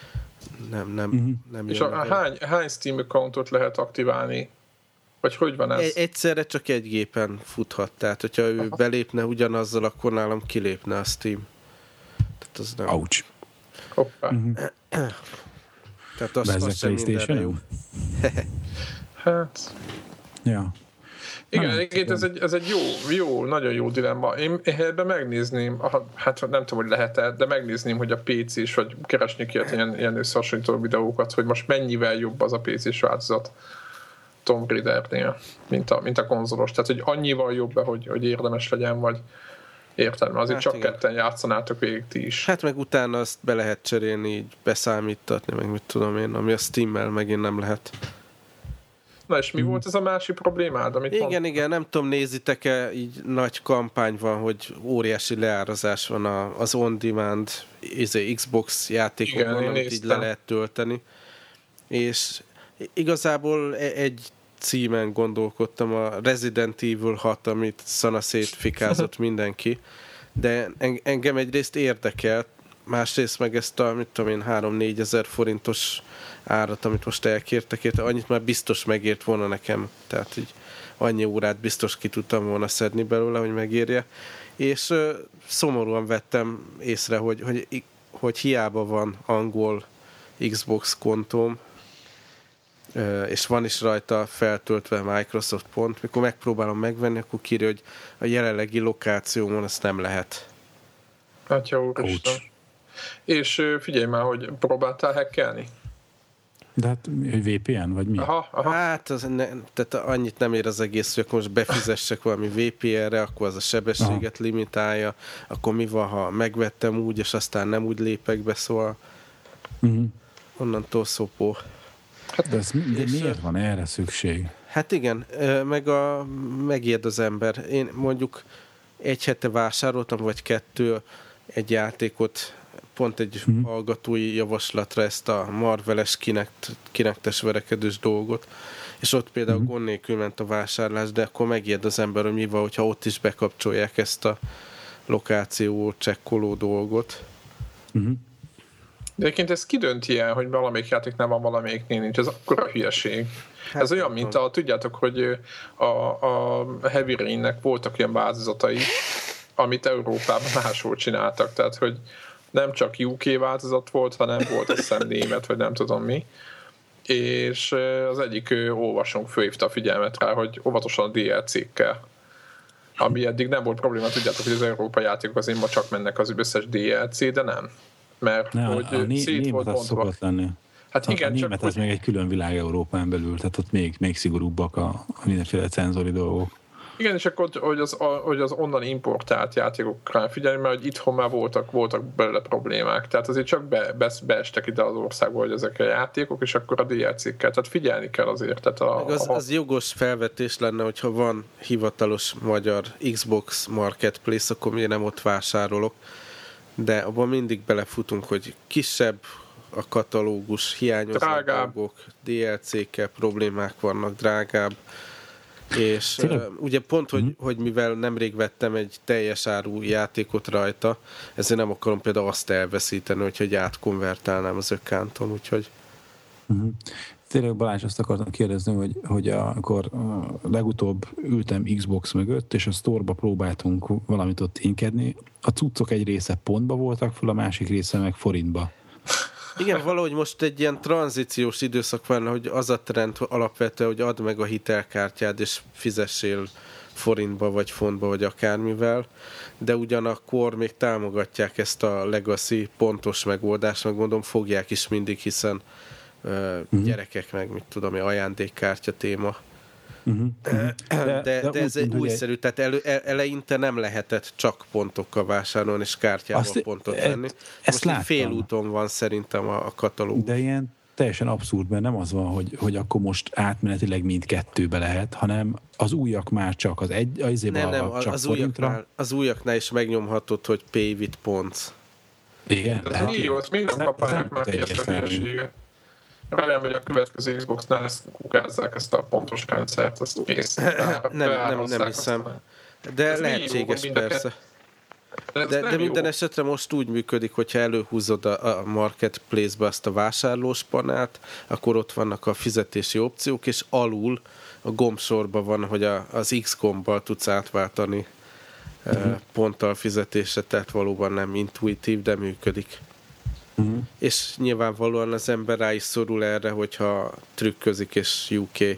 nem, nem, uh-huh. nem és a, hány, hány Steam accountot lehet aktiválni? Vagy hogy van ez? Egyszerre csak egy gépen futhat, tehát hogyha ő Aha. belépne ugyanazzal, akkor nálam kilépne a Steam. Tehát az nem... Ouch. Hoppá. Uh-huh. Tehát az, az sem minden jó. Hát... Ja. Igen, egyébként ez egy, ez egy jó, jó, nagyon jó dilemma. Én, én ebben megnézném, hát nem tudom, hogy lehet-e, de megnézném, hogy a pé cés, vagy keresnék ilyet, ilyen, ilyen összehasonlító videókat, hogy most mennyivel jobb az a pé cés változat Tomb Raidernél, mint a, mint a konzolos. Tehát, hogy annyival jobb, hogy, hogy érdemes legyen, vagy értelme. Azért hát csak igen. ketten játszanátok végig ti is. Hát meg utána azt be lehet cserélni, így beszámítatni, meg mit tudom én, ami a Steam-mel megint nem lehet. Na és mi hmm. volt ez a másik problémád? Amit igen, mondtam? igen, nem tudom, nézitek-e, így nagy kampány van, hogy óriási leárazás van a, az on-demand Xbox játékokon, amit néztem. Így le lehet tölteni. És igazából egy címen gondolkodtam, a Resident Evil hat, amit szanaszét fikázott mindenki, de engem egyrészt érdekelt, másrészt meg ezt a, mit tudom én, három-négy ezer forintos árat, amit most elkértek érte, annyit már biztos megért volna nekem, tehát így annyi órát biztos ki tudtam volna szedni belőle, hogy megérje, és uh, szomorúan vettem észre, hogy, hogy, hogy hiába van angol Xbox kontóm, uh, és van is rajta feltöltve Microsoft pont, mikor megpróbálom megvenni, akkor kírja, hogy a jelenlegi lokációmon ezt nem lehet. Hát jó, úristen. És figyelj már, hogy próbáltál hackelni? De hát vé pé en, vagy mi? Aha, aha. Hát az ne, tehát annyit nem ér az egész, hogy akkor most befizessek valami vé pé en-re, akkor az a sebességet aha. limitálja, akkor mi van, ha megvettem úgy, és aztán nem úgy lépek be, szóval uh-huh. onnantól szopó. Hát de, ez, de miért van erre szükség? Hát igen, meg a, megijed az ember. Én mondjuk egy hete vásároltam, vagy kettő egy játékot, pont egy hmm. hallgatói javaslatra ezt a Marvel-es kinekt, kinektes verekedős dolgot, és ott például hmm. gond nélkül ment a vásárlás, de akkor megijed az ember, hogy mi van, hogyha ott is bekapcsolják ezt a lokáció csekkoló dolgot. Hmm. De egyébként ez kidönti el, hogy valamelyik játéknál van, valamelyiknél nincs. Ez akkora hülyeség. Hát ez olyan, mint a, tudjátok, hogy a, a Heavy Rainnek voltak ilyen változatai, amit Európában máshol csináltak. Tehát, hogy nem csak u ká változat volt, hanem volt azt hiszem német, vagy nem tudom mi. És az egyik olvasónk fölhívta a figyelmet rá, hogy óvatosan a dé el cé-kkel. Ami eddig nem volt probléma, tudjátok, hogy az európai játékok azért ma csak mennek az összes dé el cé, de nem. mert ne, hogy a, a né, szét volt bontva. Szokott lenni. Hát a, igen, a német csak az hogy... még egy külön világ Európán belül, tehát ott még, még szigorúbbak a, a mindenféle cenzori dolgok. Igen, és akkor, hogy az, hogy az onnan importált játékokra figyelni, mert hogy itthon már voltak, voltak belőle problémák. Tehát azért csak be, be, beestek ide az országba, hogy ezek a játékok, és akkor a dé el cé-kkel. Tehát figyelni kell azért. Tehát a, az, a... az jogos felvetés lenne, hogyha van hivatalos magyar Xbox Marketplace, akkor miért nem ott vásárolok. De abban mindig belefutunk, hogy kisebb a katalógus, hiányoznak dolgok, dé el cé-kkel problémák vannak, drágább. És uh, ugye pont, hogy, mm. hogy mivel nemrég vettem egy teljes áru játékot rajta, ezért nem akarom például azt elveszíteni, hogy átkonvertálnám az accounton, úgyhogy... Mm-hmm. Tényleg Balázs, azt akartam kérdezni, hogy, hogy akkor legutóbb ültem Xbox mögött, és a sztorba próbáltunk valamit ott inkedni. A cuccok egy része pontba voltak föl, a másik része meg forintba. Igen, valahogy most egy ilyen tranzíciós időszak van, hogy az a trend alapvetően, hogy add meg a hitelkártyád, és fizessél forintba, vagy fontba, vagy akármivel, de ugyanakkor még támogatják ezt a legacy pontos megoldást, meg mondom, fogják is mindig, hiszen uh, uh-huh. gyerekek meg, mit tudom, ajándékkártya téma. Uh-huh. De, de, de, de ez egy újszerű, tehát elő, eleinte nem lehetett csak pontokkal vásárolni, és kártyával azt, pontot e, venni. Most egy félúton van szerintem a, a katalógus. De ilyen teljesen abszurd, mert nem az van, hogy, hogy akkor most átmenetileg mindkettőbe lehet, hanem az újak már csak az egy, az nem, nem, a, csak az forintra. Újaknál, az újaknál is megnyomhatod, hogy pay with points. Igen? Ez mi jó, ezt minden kapálják már ki ezt a hülyeséget. Remélem, hogy a következő Xbox-nál ezt kukázzák, ezt a pontos rendszert, ezt kész. nem, nem, nem hiszem. De ez lehetséges jó, persze. De, de, de minden jó. Esetre most úgy működik, hogyha előhúzod a, a marketplace-be azt a vásárlós panelt, akkor ott vannak a fizetési opciók, és alul a gombsorban van, hogy a, az X gombbal tudsz átváltani uh-huh. ponttal fizetésre, tehát valóban nem intuitív, de működik. Uh-huh. És nyilvánvalóan az ember rá is szorul erre, hogyha trükközik, és U K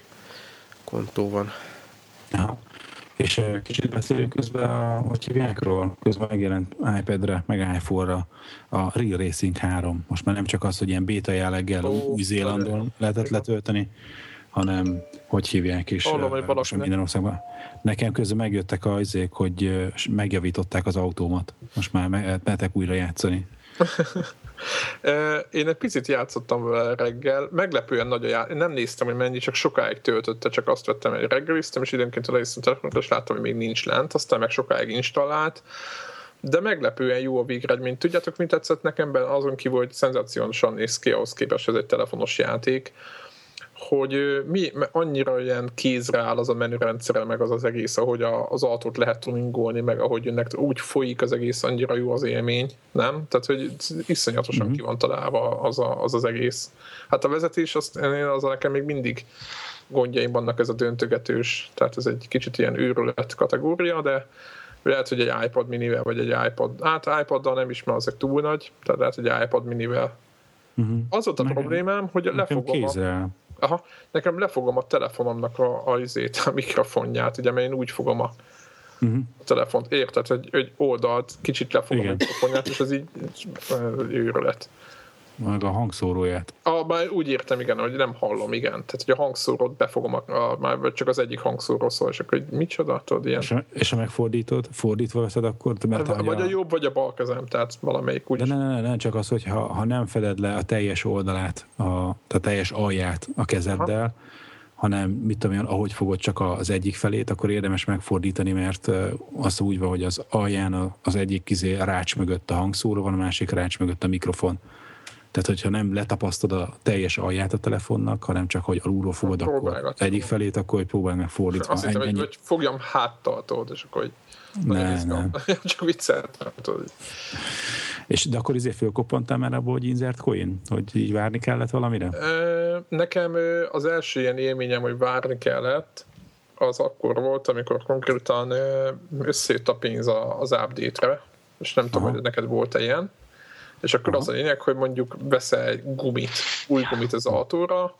kontó van. Aha. És uh, kicsit beszélünk közben, a, hogy hívjákról, közben megjelent iPad-re, meg iPhone-ra a Real Racing három. Most már nem csak az, hogy ilyen beta jelleggel oh, Új-Zélandon lehetett letölteni, hanem hogy hívják is uh, minden országban. Nekem közben megjöttek az izék, hogy uh, megjavították az autómat. Most már mehetek újra játszani. Én egy picit játszottam vele reggel, meglepően nagy a játszottam, nem néztem, hogy mennyi, csak sokáig töltötte, csak azt vettem, hogy reggeliztem, és időnként lenéztem telefonot, és láttam, hogy még nincs lent, aztán meg sokáig installált, de meglepően jó a végeredmény. Tudjátok, mint tetszett nekem benne, azon kívül, hogy szenzációsan néz ki, ahhoz képest, ez egy telefonos játék, hogy mi, annyira ilyen kézre áll az a menürendszere, meg az az egész, ahogy a, az autót lehet tuningolni, meg ahogy jönnek, úgy folyik az egész, annyira jó az élmény, nem? Tehát, hogy iszonyatosan mm-hmm. ki van találva az, a, az az egész. Hát a vezetés, azt, az nekem még mindig gondjaim vannak, ez a döntögetős, tehát ez egy kicsit ilyen őrület kategória, de lehet, hogy egy iPad minivel, vagy egy iPad, hát iPaddal nem is, mert azok túl nagy, tehát lehet, hogy egy iPad minivel. Mm-hmm. Az volt a nekem, problémám, hogy lefogom a... Aha, nekem lefogom a telefonomnak a, a, izét, a mikrofonját, ugye, mert én úgy fogom a, uh-huh. a telefont, érted, hogy egy oldalt kicsit lefogom igen. a mikrofonját, és ez így őrület. Meg a hangszóróját. A, már úgy értem, igen, hogy nem hallom, igen. Tehát, hogy a hangszórót befogom, a, a, már csak az egyik hangszóró szól, és akkor hogy micsoda, tudod, ilyen. És, és ha megfordítod, fordítva veszed, akkor... Mert vagy a... a jobb, vagy a bal kezem, tehát valamelyik úgy. De ne, ne, ne, ne, csak az, hogy ha, ha nem feded le a teljes oldalát, a, a teljes alját a kezeddel, aha. hanem, mit tudom én, ahogy fogod csak az egyik felét, akkor érdemes megfordítani, mert az úgy van, hogy az alján az egyik kizé rács mögött a hangszóró van, a másik rács mögött a mikrofon. Tehát, hogyha nem letapasztod a teljes alját a telefonnak, hanem csak, hogy alulról fogod akkor egyik felét, akkor hogy próbálj meg fordítva. Azt hittem, ennyi... hogy fogjam háttal, tudod, és akkor hogy... Nem, nem. Csak vicceltem, tudod. És de akkor izé fölkoppantál már abból, hogy insert coin? Hogy így várni kellett valamire? Nekem az első ilyen élményem, hogy várni kellett, az akkor volt, amikor konkrétan összejött a pénz az update-re, és nem tudom, aha. hogy neked volt-e ilyen. És akkor aha. az a lényeg, hogy mondjuk veszel egy gumit, új gumit az autóra,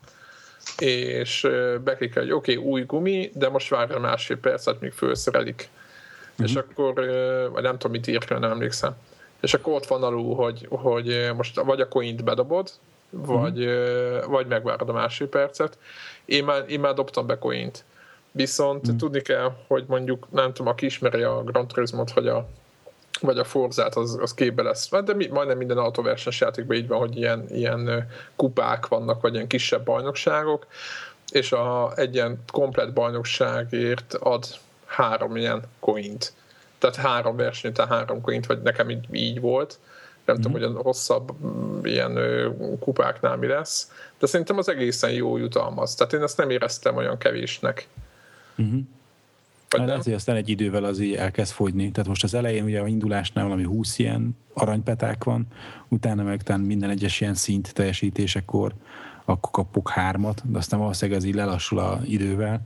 és beklikkel, hogy oké, okay, új gumi, de most várja másfél percet, míg felszerelik. Uh-huh. És akkor, vagy nem tudom, mit írt, nem emlékszem. és akkor ott van alul, hogy, hogy most vagy a coint bedobod, vagy, mm. vagy megvárod a másik percet. Én már, én már dobtam be coint. Viszont mm. tudni kell, hogy mondjuk, nem tudom, aki ismeri a Gran Turismot, vagy a, vagy a Forzát, az, az képbe lesz. De mi, majdnem minden autóversenys játékban így van, hogy ilyen, ilyen kupák vannak, vagy ilyen kisebb bajnokságok, és a, egy ilyen komplet bajnokságért ad három ilyen coint. Tehát három verseny után három coint, vagy nekem így, így volt. Nem mm. tudom, hogy a hosszabb ilyen kupáknál mi lesz. De szerintem az egészen jó jutalmaz. Tehát én ezt nem éreztem olyan kevésnek. Mm-hmm. Hát lehet, hogy aztán egy idővel az így elkezd fogyni. Tehát most az elején ugye a indulásnál valami húsz ilyen aranypeták van, utána meg után minden egyes ilyen szint teljesítésekor akkor kapok hármat, de aztán valószínűleg ez így lelassul a idővel.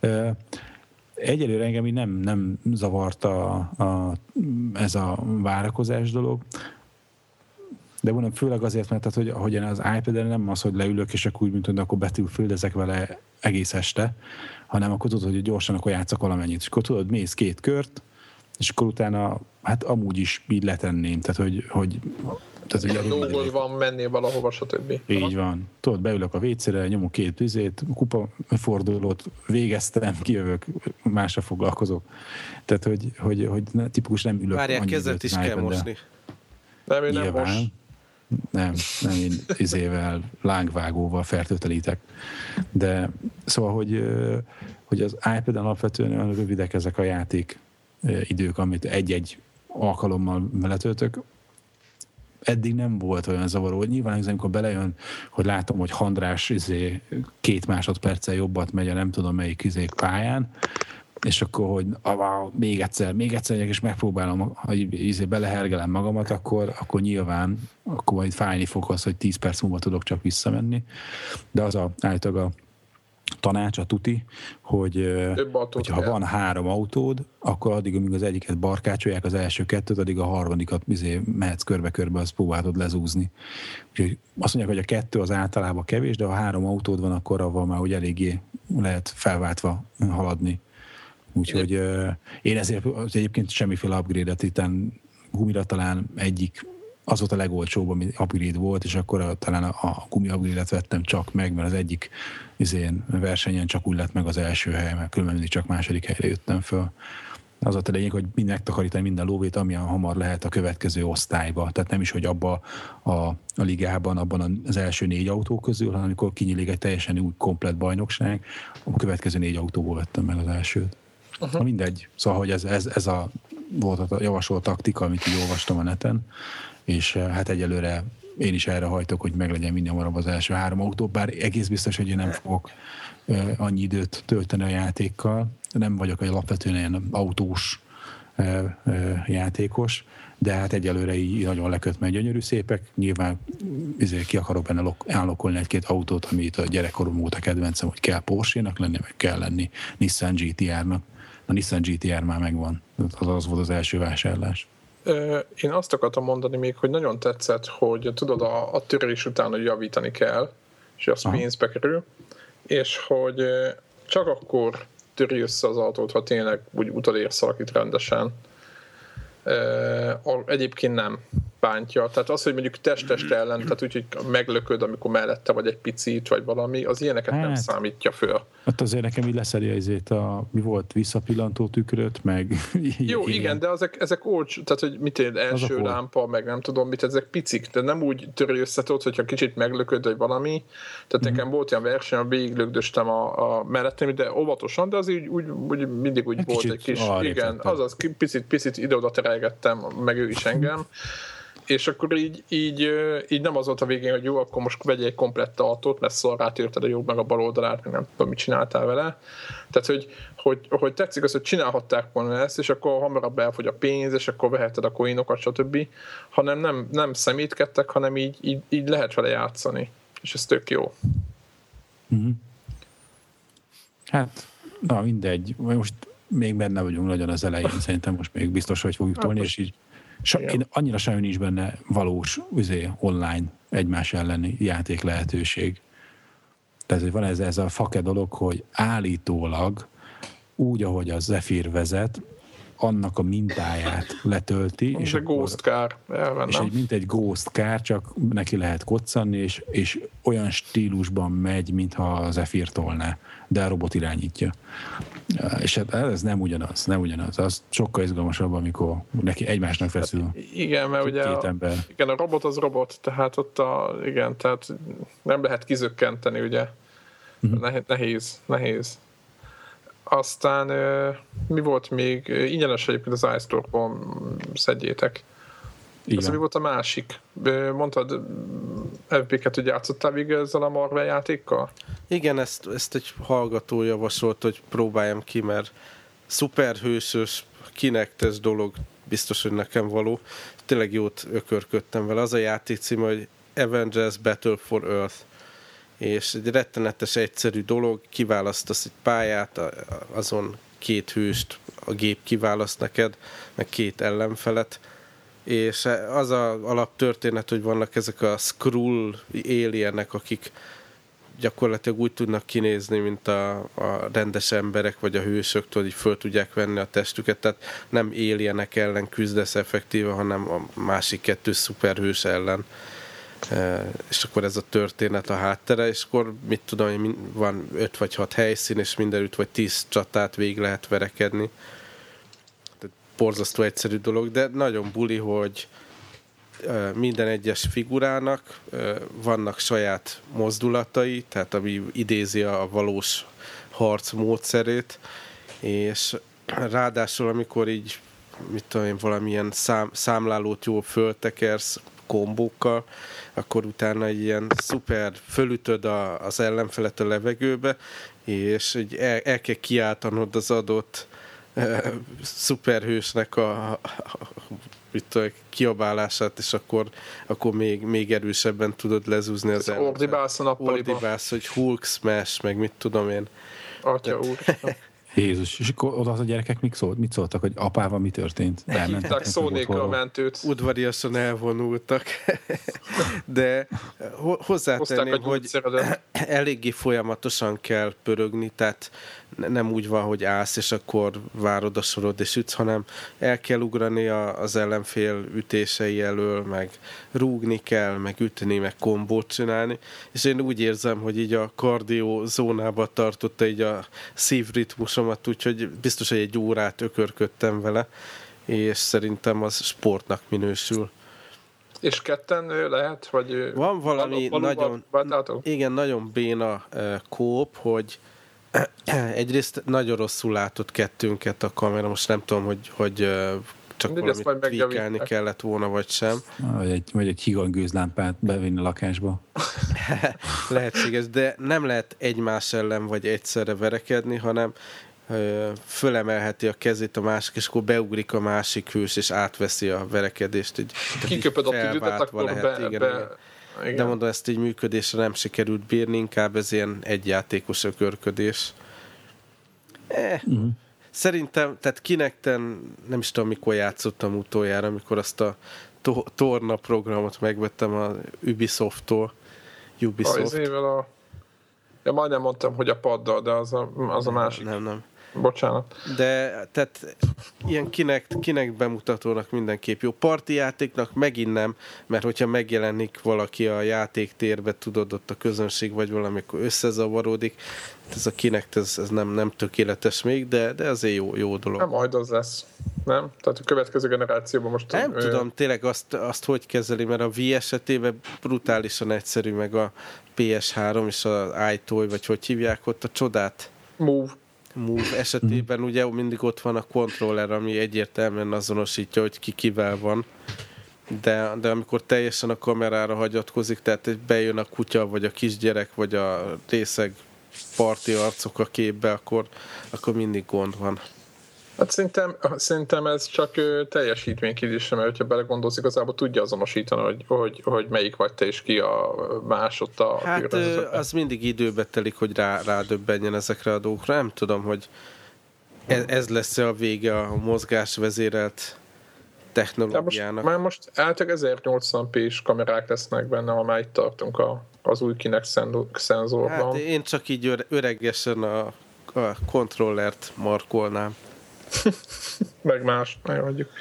Egyelőre engem így nem, nem zavarta a, a, ez a várakozás dolog, de mondom, főleg azért, mert tehát, hogy, hogy az iPad-en nem az, hogy leülök, és akkor úgy, mint hogy akkor betűföldezek vele egész este, hanem akkor tudod, hogy gyorsan akkor játszok valamennyit. És akkor tudod, mész két kört, és akkor utána, hát amúgy is így letenném. Tehát, hogy... hogy tehát, hogy dolgod van, mennél valahova, stb. Így van. Tudod, beülök a vécére, nyomok két tüzét, kupa fordulót végeztem, kijövök, másra foglalkozok. Tehát, hogy, hogy, hogy tipikus nem ülök. Várják, kezet is kell mosni. Nem, én nem most. Nem, nem én izével, lángvágóval fertőtelítek. De szóval, hogy, hogy az iPad-en alapvetően olyan rövidek ezek a játék idők, amit egy-egy alkalommal letöltök. Eddig nem volt olyan zavaró. Nyilván ez, amikor belejön, hogy látom, hogy Handrás izé, két másodperccel jobbat megy a nem tudom melyik izék pályán, és akkor, hogy ah, még egyszer, még egyszer, és megpróbálom, hogy izé belehergelem magamat, akkor, akkor nyilván, akkor majd fájni fog az, hogy tíz perc múlva tudok csak visszamenni. De az a, állítólag a tanács, a tuti, hogy ha van három autód, akkor addig, amíg az egyiket barkácsolják, az első kettőt, addig a harmadikat izé, mehetsz körbe-körbe, azt próbálod lezúzni. Úgyhogy azt mondják, hogy a kettő az általában kevés, de ha három autód van, akkor avval már úgy eléggé lehet felváltva haladni. Úgyhogy uh, én ezért egyébként semmiféle upgrade-et itten gumira talán egyik, az volt a legolcsóbb, ami upgrade volt, és akkor a, talán a, a gumi upgrade-et vettem csak meg, mert az egyik izén, versenyen csak úgy lett meg az első hely, mert különben mindig csak második helyre jöttem föl. Az a lényeg, hogy megtakarítani minden lóvét, amilyen hamar lehet a következő osztályba. Tehát nem is, hogy abba a, a ligában, abban az első négy autó közül, hanem amikor kinyílik egy teljesen új komplet bajnokság, a következő négy autóból vettem meg az elsőt. Uh-huh. Na mindegy. Szóval, hogy ez, ez, ez a volt a javasolt taktika, amit így olvastam a neten, és hát egyelőre én is erre hajtok, hogy meglegyen minden hamarabb az első három autó, bár egész biztos, hogy én nem fogok uh, annyi időt tölteni a játékkal. Nem vagyok egy alapvetően ilyen autós uh, uh, játékos, de hát egyelőre így nagyon leköt, mert gyönyörű szépek. Nyilván ezért ki akarok benne állokolni egy-két autót, amit a gyerekkorom óta kedvencem, hogy kell Porsche-nak lenni, meg kell lenni Nissan gé té er-nak. A Nissan gé té er már megvan. Az az volt az első vásárlás. Én azt akartam mondani még, hogy nagyon tetszett, hogy tudod, a, a törés után, hogy javítani kell, és az Aha. pénzbe kerül, és hogy csak akkor töri össze az autót, ha tényleg úgy utolérsz valakit rendesen. Egyébként nem bántja. Tehát az, hogy mondjuk test-test ellen, tehát úgy, hogy meglököd, amikor mellette vagy egy picit, vagy valami, az ilyeneket hát, nem számítja föl. Hát azért nekem így leszedi azért a, mi volt, visszapillantó tükröt, meg... Jó, igen, igen, de ezek, ezek olcsó, tehát hogy mit ér, első lámpa, meg nem tudom mit, ezek picik, de nem úgy törő összetott, hogyha kicsit meglököd, vagy valami. Tehát mm-hmm. nekem volt ilyen verseny, végiglögdöstem a, a mellettem, de óvatosan, de az így úgy, úgy mindig úgy egy volt egy kis, igen, azaz picit, picit ide-oda terelgettem, meg ő is engem. És akkor így, így, így nem az volt a végén, hogy jó, akkor most vegyél egy komplett autót, mert szor rátérted a jobb meg a bal oldalát, meg nem tudom, mit csináltál vele. Tehát, hogy, hogy, hogy tetszik az, hogy csinálhatták volna ezt, és akkor hamarabb elfogy a pénz, és akkor veheted a coinokat, stb. Hanem nem, nem szemétkedtek, hanem így, így, így lehet vele játszani. És ez tök jó. Mm-hmm. Hát, na mindegy. Most még benne vagyunk nagyon az elején, szerintem most még biztos, hogy fogjuk tolni, és így Sa, én annyira semmi nincs benne valós üzé, online egymás elleni játék lehetőség. Tehát, hogy van ez, ez a fake dolog, hogy állítólag úgy, ahogy a Zephyr vezet, annak a mintáját letölti. És a Ghost Car elven, és egy, mint egy Ghost Car, csak neki lehet koccanni, és, és olyan stílusban megy, mintha az Zephyr tolná, de a robot irányítja. És hát ez nem ugyanaz, nem ugyanaz. Az sokkal izgalmasabb, amikor neki egymásnak feszül. Hát igen, mert ugye a, igen, a robot az robot, tehát ott a, igen, tehát nem lehet kizökkenteni, ugye. Uh-huh. Nehéz, nehéz. Aztán mi volt még? Ingyenes egyébként az iStore-ból szedjétek. Ez mi volt a másik? Mondtad, ef bé kettőt játszottál végül ezzel a Marvel játékkal? Igen, ezt, ezt egy hallgató javasolt, hogy próbáljam ki, mert szuperhősös, kinektes dolog, biztos, hogy nekem való. Tényleg jót ökörködtem vele. Az a játék címe, hogy Avengers Battle for Earth. És egy rettenetes egyszerű dolog, kiválasztasz egy pályát, azon két hőst a gép kiválaszt neked, meg két ellenfelet, és az az alaptörténet, hogy vannak ezek a Skrull alienek, akik gyakorlatilag úgy tudnak kinézni, mint a, a rendes emberek, vagy a hősöktől, így föl tudják venni a testüket, tehát nem alienek ellen küzdesz effektíve, hanem a másik kettő szuperhős ellen. Uh, és akkor ez a történet a háttere, és akkor mit tudom, van öt vagy hat helyszín, és mindenütt vagy tíz csatát végig lehet verekedni. Tehát borzasztó egyszerű dolog, de nagyon buli, hogy uh, minden egyes figurának uh, vannak saját mozdulatai, tehát ami idézi a valós harc módszerét, és ráadásul amikor így mit tudom én, valamilyen szám, számlálót jól föltekersz kombókkal, akkor utána egy ilyen szuper fölütöd a, az ellenfelet a levegőbe, és egy el, el kell kiáltanod az adott e, szuperhősnek a, a, a, a kiabálását, és akkor, akkor még, még erősebben tudod lezúzni az ellenfelet. Ordibálsz a nappaliba. Ordibálsz, hogy Hulk smash, meg mit tudom én. Atya úr. Jézus, és akkor oda az a gyerekek mit, szólt, mit szóltak, hogy apával mi történt? Hívták szó nélkül a mentőt. Udvariasan elvonultak. De hozzátenném, hogy eléggé folyamatosan kell pörögni, tehát nem úgy van, hogy állsz, és akkor várod a sorod, és ütsz, hanem el kell ugrani az ellenfél ütései elől, meg rúgni kell, meg ütni, meg kombót csinálni, és én úgy érzem, hogy így a kardió zónába tartotta így a szívritmusomat, úgyhogy biztos, hogy egy órát ökörködtem vele, és szerintem az sportnak minősül. És ketten lehet? Vagy van valami való, nagyon, való, igen, nagyon béna uh, kóp, hogy egyrészt nagyon rosszul látott kettőnket a kamera, most nem tudom, hogy, hogy uh, csak de valamit tweakelni kellett volna, vagy sem. Vagy egy, vagy egy higany-gőzlámpát bevinni a lakásba. Lehetséges, de nem lehet egymás ellen vagy egyszerre verekedni, hanem fölemelheti a kezét a másik, és akkor beugrik a másik hős, és átveszi a verekedést. Így, kiköpöd a tüdőt, akkor lehet, be, igen, be, igen. De mondom, ezt így működésre nem sikerült bírni, inkább ez ilyen egyjátékos ökörködés. Eh, uh-huh. Szerintem, tehát Kinecten nem is tudom, mikor játszottam utoljára, amikor azt a to- torna programot megvettem a Ubisoft-tól. Ubisoft. A... Ja, majdnem mondtam, hogy a paddal, de az a, az a másik. Nem, nem. Bocsánat. De tehát ilyen Kinect, Kinect bemutatónak mindenképp jó. Parti játéknak megint nem, mert hogyha megjelenik valaki a játéktérbe, tudod, ott a közönség vagy valamikor összezavarodik. Ez a Kinect, ez, ez nem, nem tökéletes még, de, de azért jó, jó dolog. Nem, majd az lesz. Nem? Tehát a következő generációban most... Nem ő... tudom, tényleg azt, azt hogy kezeli, mert a Wii esetében brutálisan egyszerű, meg a pé es három és az iToy, vagy hogy hívják ott a csodát? Move. Move esetében ugye mindig ott van a controller, ami egyértelműen azonosítja, hogy ki kivel van. De, de amikor teljesen a kamerára hagyatkozik, tehát bejön a kutya, vagy a kisgyerek, vagy a részeg parti arcok a képbe, akkor, akkor mindig gond van. Hát szerintem, szerintem ez csak teljesítménykérdése, mert hogyha belegondolsz, igazából tudja azonosítani, hogy, hogy, hogy melyik vagy te és ki a más ott a... Hát az mindig időbe telik, hogy rá, rádöbbenjen ezekre a dolgokra. Nem tudom, hogy ez, ez lesz a vége a mozgásvezérelt technológiának. Most, már most általában ezernyolcvan pé-s kamerák lesznek benne, ha már itt tartunk a, az új Kinect szenzorban. Hát én csak így öregesen a, a kontrollert markolnám. Meg más, ne hagyjuk.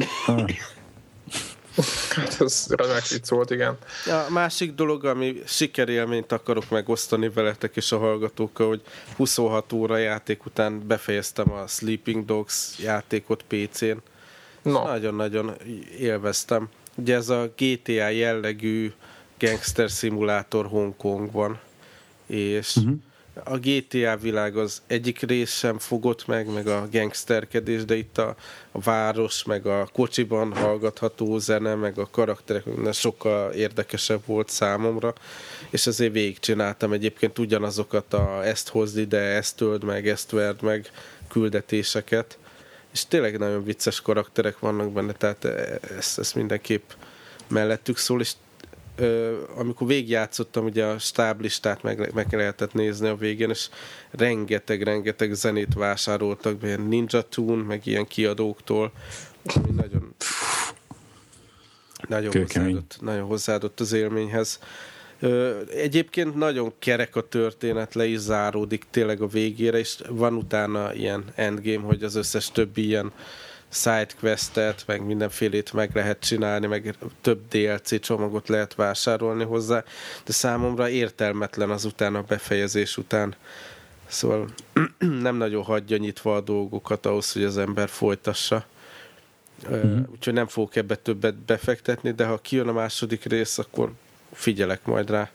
Hát ez remek vicc volt, igen. A másik dolog, ami sikerélményt akarok megosztani veletek és a hallgatókkal, hogy huszonhat óra játék után befejeztem a Sleeping Dogs játékot pé cén. No. Nagyon-nagyon élveztem. Ugye ez a gé té á jellegű gangster szimulátor Hongkongban, és uh-huh. a gé té á világ az egyik rész sem fogott meg, meg a gangsterkedés, de itt a, a város, meg a kocsiban hallgatható zene, meg a karakterek minden sokkal érdekesebb volt számomra, és azért végigcsináltam egyébként ugyanazokat a ezt hozd ide, ezt töld meg, ezt verd meg küldetéseket, és tényleg nagyon vicces karakterek vannak benne, tehát ez, ez mindenképp mellettük szól, és Ö, amikor végigjátszottam, ugye a stáblistát meg, meg lehetett nézni a végén, és rengeteg-rengeteg zenét vásároltak be, ilyen Ninja Tune, meg ilyen kiadóktól, ami nagyon nagyon hozzáadott, nagyon hozzáadott az élményhez. Ö, egyébként nagyon kerek a történet, le is záródik tényleg a végére, és van utána ilyen endgame, hogy az összes többi ilyen sidequestet, meg mindenfélét meg lehet csinálni, meg több dé el cé csomagot lehet vásárolni hozzá, de számomra értelmetlen azután a befejezés után. Szóval nem nagyon hagyja nyitva a dolgokat ahhoz, hogy az ember folytassa. Mm-hmm. Úgyhogy nem fogok ebbe többet befektetni, de ha kijön a második rész, akkor figyelek majd rá.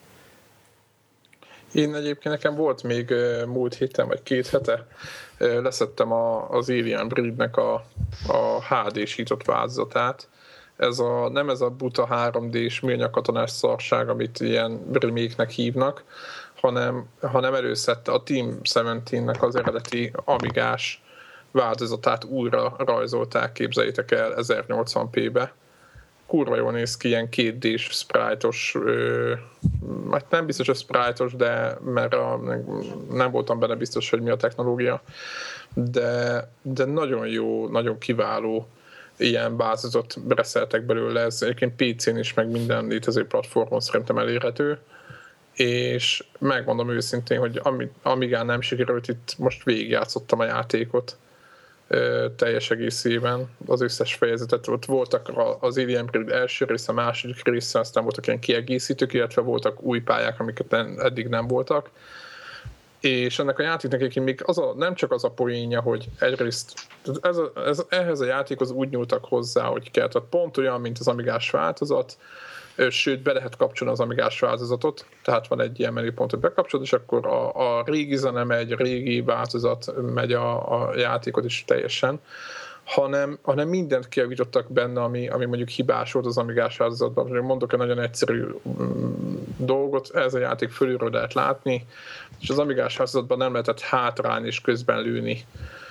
Én egyébként nekem volt még uh, múlt héten, vagy két hete, uh, leszettem a, az Alien Breed-nek a, a há dé-sított változatát. Ez a, nem ez a buta három dés műanyagkatonás szarság, amit ilyen remake-nek hívnak, hanem, hanem előszette a Team tizenkilencnek az eredeti Amigás változatát újra rajzolták, képzeljétek el, ezernyolcvan pé-be. Kurva jól néz ki, ilyen kétdés sprite-os, hát nem biztos, hogy sprite-os, de mert a, nem voltam benne biztos, hogy mi a technológia, de, de nagyon jó, nagyon kiváló ilyen bázitot reszeltek belőle, ez egyébként pé cén is, meg minden létező platformon szerintem elérhető, és megmondom őszintén, hogy amíg nem sikerült, itt most végigjátszottam a játékot, teljes egészében az összes fejezetet. Ott voltak az Alien Breed első része, a második része, aztán voltak ilyen kiegészítők, illetve voltak új pályák, amiket eddig nem voltak. És ennek a játéknak egyébként még az a, nem csak az a poénja, hogy egyrészt ez a, ez, ehhez a játékhoz úgy nyúltak hozzá, hogy kell, tehát pont olyan, mint az Amigás változat, sőt, be lehet kapcsolni az Amigás változatot, tehát van egy ilyen menüpont, hogy bekapcsolod, és akkor a, a régi zene megy, a régi változat megy a, a játékot is teljesen, hanem, hanem mindent kijavítottak benne, ami, ami mondjuk hibás volt az Amigás változatban. Mondok egy nagyon egyszerű dolgot, ez a játék fölülről lehet látni, és az Amigás változatban nem lehetett hátrálni és közben lőni.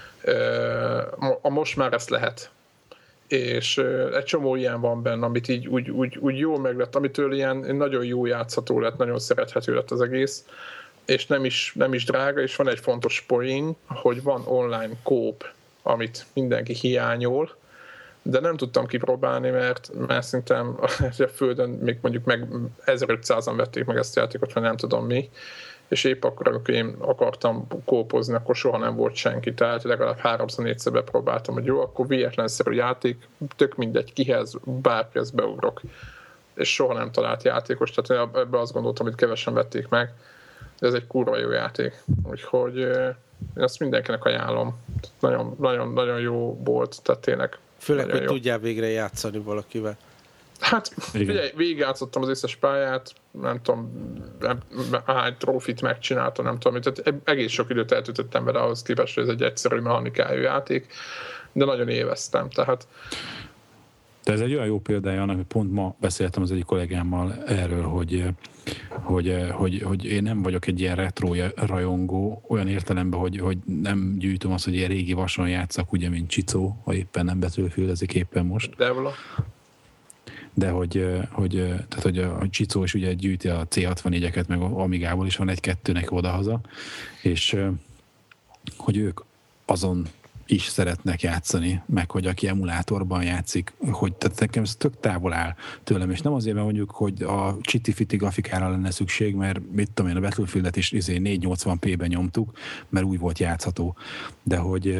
A most már ezt lehet. És egy csomó ilyen van benne, amit így úgy, úgy, úgy jól meg lett, amitől ilyen nagyon jó játszható lett, nagyon szerethető lett az egész, és nem is, nem is drága, és van egy fontos poén, hogy van online co-op, amit mindenki hiányol, de nem tudtam kipróbálni, mert, mert szerintem a Földön még mondjuk meg ezerötszázan vették meg ezt a játékot, vagy nem tudom mi, és épp akkor, amikor én akartam kópozni, akkor soha nem volt senki, tehát legalább háromszor, négyszer bepróbáltam, hogy jó, akkor véletlenszerű játék, tök mindegy, kihez, bárkihez beugrok, és soha nem talált játékos, tehát ebbe azt gondoltam, hogy kevesen vették meg, de ez egy kurva jó játék, úgyhogy én azt mindenkinek ajánlom, nagyon, nagyon, nagyon jó volt, tehát tényleg. Főleg, hogy jó. Tudjál végre játszani valakivel. Hát, figyelj, végigjátszottam az összes pályát, nem tudom, hány trófit megcsináltam, nem tudom, tehát egész sok időt eltöltöttem vele ahhoz képest, hogy ez egy egyszerű mechanikájú játék, de nagyon élveztem, tehát... De ez egy olyan jó példája annak, hogy pont ma beszéltem az egyik kollégámmal erről, hogy, hogy, hogy, hogy én nem vagyok egy ilyen retro rajongó, olyan értelemben, hogy, hogy nem gyűjtöm azt, hogy ilyen régi vason játszak, ugye, mint Csicó, ha éppen nem Battlefieldezik éppen most. Devla. De hogy, hogy, tehát, hogy a Csicó is ugye gyűjti a cé hatvannégyeket, meg a Amigából is van egy-kettőnek odahaza, és hogy ők azon is szeretnek játszani, meg hogy aki emulátorban játszik, hogy tehát nekem ez tök távol áll tőlem, és nem azért, mert mondjuk, hogy a csiti-fiti grafikára lenne szükség, mert mit tudom én, a Battlefieldet is négyszáznyolcvan pé-ben nyomtuk, mert úgy volt játszható, de hogy,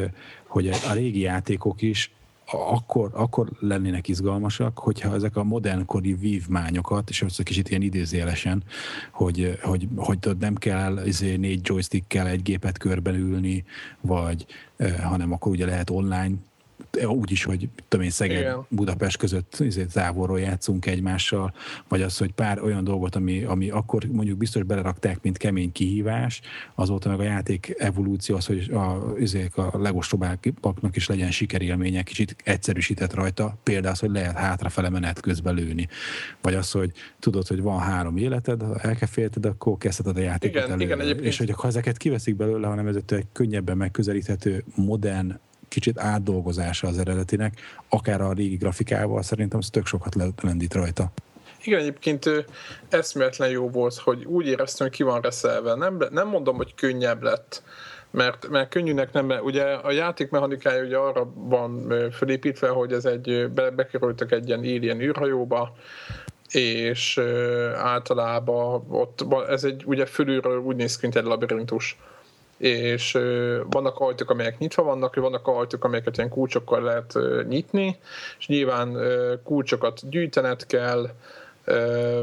hogy a régi játékok is akkor, akkor lennének izgalmasak, hogyha ezek a modernkori vívmányokat, és azt kicsit ilyen idézélesen, hogy, hogy, hogy nem kell ezért négy joystickkel egy gépet körbenülni, vagy, eh, hanem akkor ugye lehet online, úgy is, hogy tudom én, Szeged, igen. Budapest között távolról játszunk egymással, vagy az, hogy pár olyan dolgot, ami, ami akkor mondjuk biztos belerakták, mint kemény kihívás, azóta meg a játék evolúció az, hogy a, a legostobáknak is legyen sikerélménye, kicsit egyszerűsített rajta, például az, hogy lehet hátrafele menet közben lőni. Vagy az, hogy tudod, hogy van három életed, ha elkefélted, akkor kezdheted a játékot igen, igen, előre. És hogy ha ezeket kiveszik belőle, hanem ez egy könnyebben megközelíthető, modern, kicsit átdolgozása az eredetinek, akár a régi grafikával, szerintem ez tök sokat lendít rajta. Igen, egyébként eszméletlen jó volt, hogy úgy éreztem, hogy ki van reszelve. Nem, nem mondom, hogy könnyebb lett, mert, mert könnyűnek nem, ugye a játék mechanikája ugye arra van felépítve, hogy ez egy, be, bekerültek egy ilyen alien űrhajóba, és általában ott ez egy, ugye fölülről úgy néz ki, mint egy labirintus. És uh, vannak ajtók, amelyek nyitva vannak, vannak ajtók, amelyeket ilyen kulcsokkal lehet uh, nyitni, és nyilván uh, kulcsokat gyűjtened kell, uh,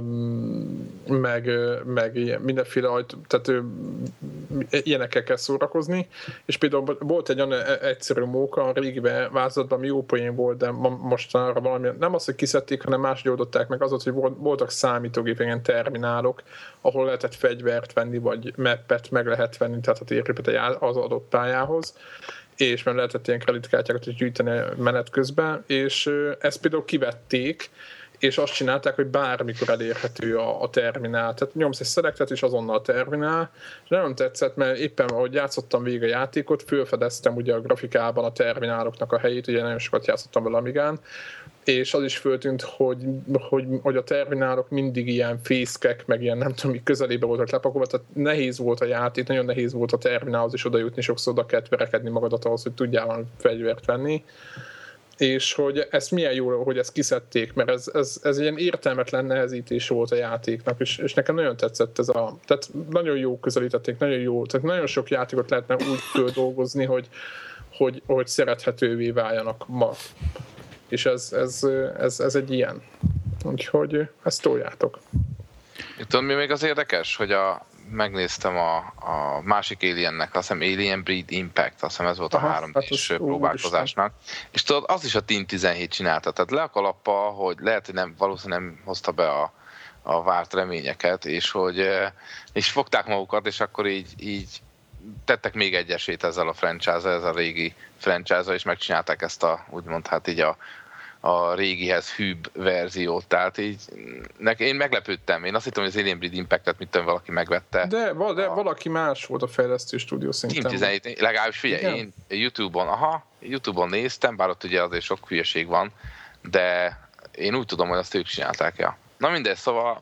meg, uh, meg mindenféle ajtó, tehát uh, ilyenekkel kell szórakozni, és például volt egy olyan egyszerű móka, a régi változatban jó poén volt, de mostanra valami, nem az, hogy kiszedték, hanem máshogy oldották meg, az volt, hogy voltak számítógép, ilyen terminálok, ahol lehetett fegyvert venni, vagy mappet meg lehet venni, tehát a térképet az adott pályához, és meg lehetett ilyen kreditkártyákat is gyűjteni menet közben, és ezt például kivették, és azt csinálták, hogy bármikor elérhető a, a terminál. Tehát nyomsz egy szelektet, és azonnal a terminál. És nagyon tetszett, mert éppen ahogy játszottam végig a játékot, fölfedeztem ugye a grafikában a termináloknak a helyét, ugye nagyon sokat játszottam vele Amigán, és az is föltűnt, hogy, hogy, hogy a terminálok mindig ilyen fészkek, meg ilyen nem tudom, közelébe voltak lepakolva, tehát nehéz volt a játék, nagyon nehéz volt a terminálhoz is oda jutni, sokszor oda kellett verekedni magadat ahhoz, hogy tudjál valami fegyvert venni. És hogy ezt milyen jó, hogy ezt kiszedték, mert ez, ez, ez ilyen értelmetlen nehezítés volt a játéknak, és, és nekem nagyon tetszett ez a... Tehát nagyon jó közelítették, nagyon jó, tehát nagyon sok játékot lehetne úgy földolgozni, hogy, hogy, hogy szerethetővé váljanak ma. És ez, ez, ez, ez egy ilyen. Úgyhogy ezt toljátok. Tudod, mi még az érdekes, hogy a, megnéztem a, a másik Aliennek, azt hiszem Alien Breed Impact, azt hiszem ez volt a három dés hát próbálkozásnak. És tudod, az is a Team tizenhét csinálta. Tehát le a kalappal, hogy lehet, hogy nem, valószínűleg nem hozta be a, a várt reményeket, és hogy és fogták magukat, és akkor így, így tettek még egy esélyt ezzel a franchise-el, ez a régi franchise-el, és megcsinálták ezt a, úgymond, hát így a a régihez hűbb verziót, tehát így nek, én meglepődtem, én azt hittem, hogy az Alien Breed Impact-et mit tudom, valaki megvette. De, de a, valaki más volt a fejlesztő stúdió szinten. Team tizenhét, legalábbis figyelj, igen. Én YouTube-on, aha, YouTube-on néztem, bár ott ugye azért sok hülyeség van, de én úgy tudom, hogy azt ők csinálták, ja. Na mindegy, szóval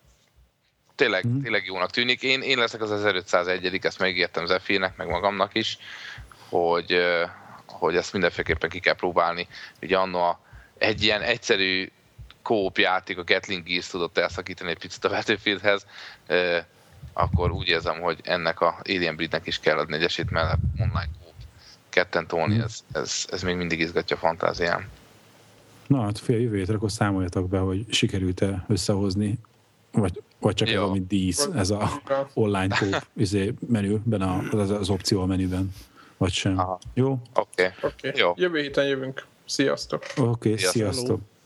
tényleg, mm. tényleg jónak tűnik. Én, én leszek az ezerötszázegy, ezt megígértem Zephyr-nek, meg magamnak is, hogy, hogy ezt mindenféleképpen ki kell próbálni. Ugye anno a egy ilyen egyszerű kóp játék, a Gatling Gears tudott elszakítani egy picit a Battlefieldhez, eh, akkor úgy érzem, hogy ennek a Alien Breednek is kell adni egy esélyt, mert online kóp ketten tolni, ez, ez, ez még mindig izgatja a fantáziám. Na hát fél jövő hétre, akkor számoljatok be, hogy sikerült-e összehozni, vagy, vagy csak Jó. ez, amit dísz, ez a online kóp izé, menüben, az, az opció a menüben, vagy sem. Aha. Jó? Oké. Okay. Okay. Jó. Jövő héten jövünk. Sziasztok! Oké, okay, sziasztok! sziasztok.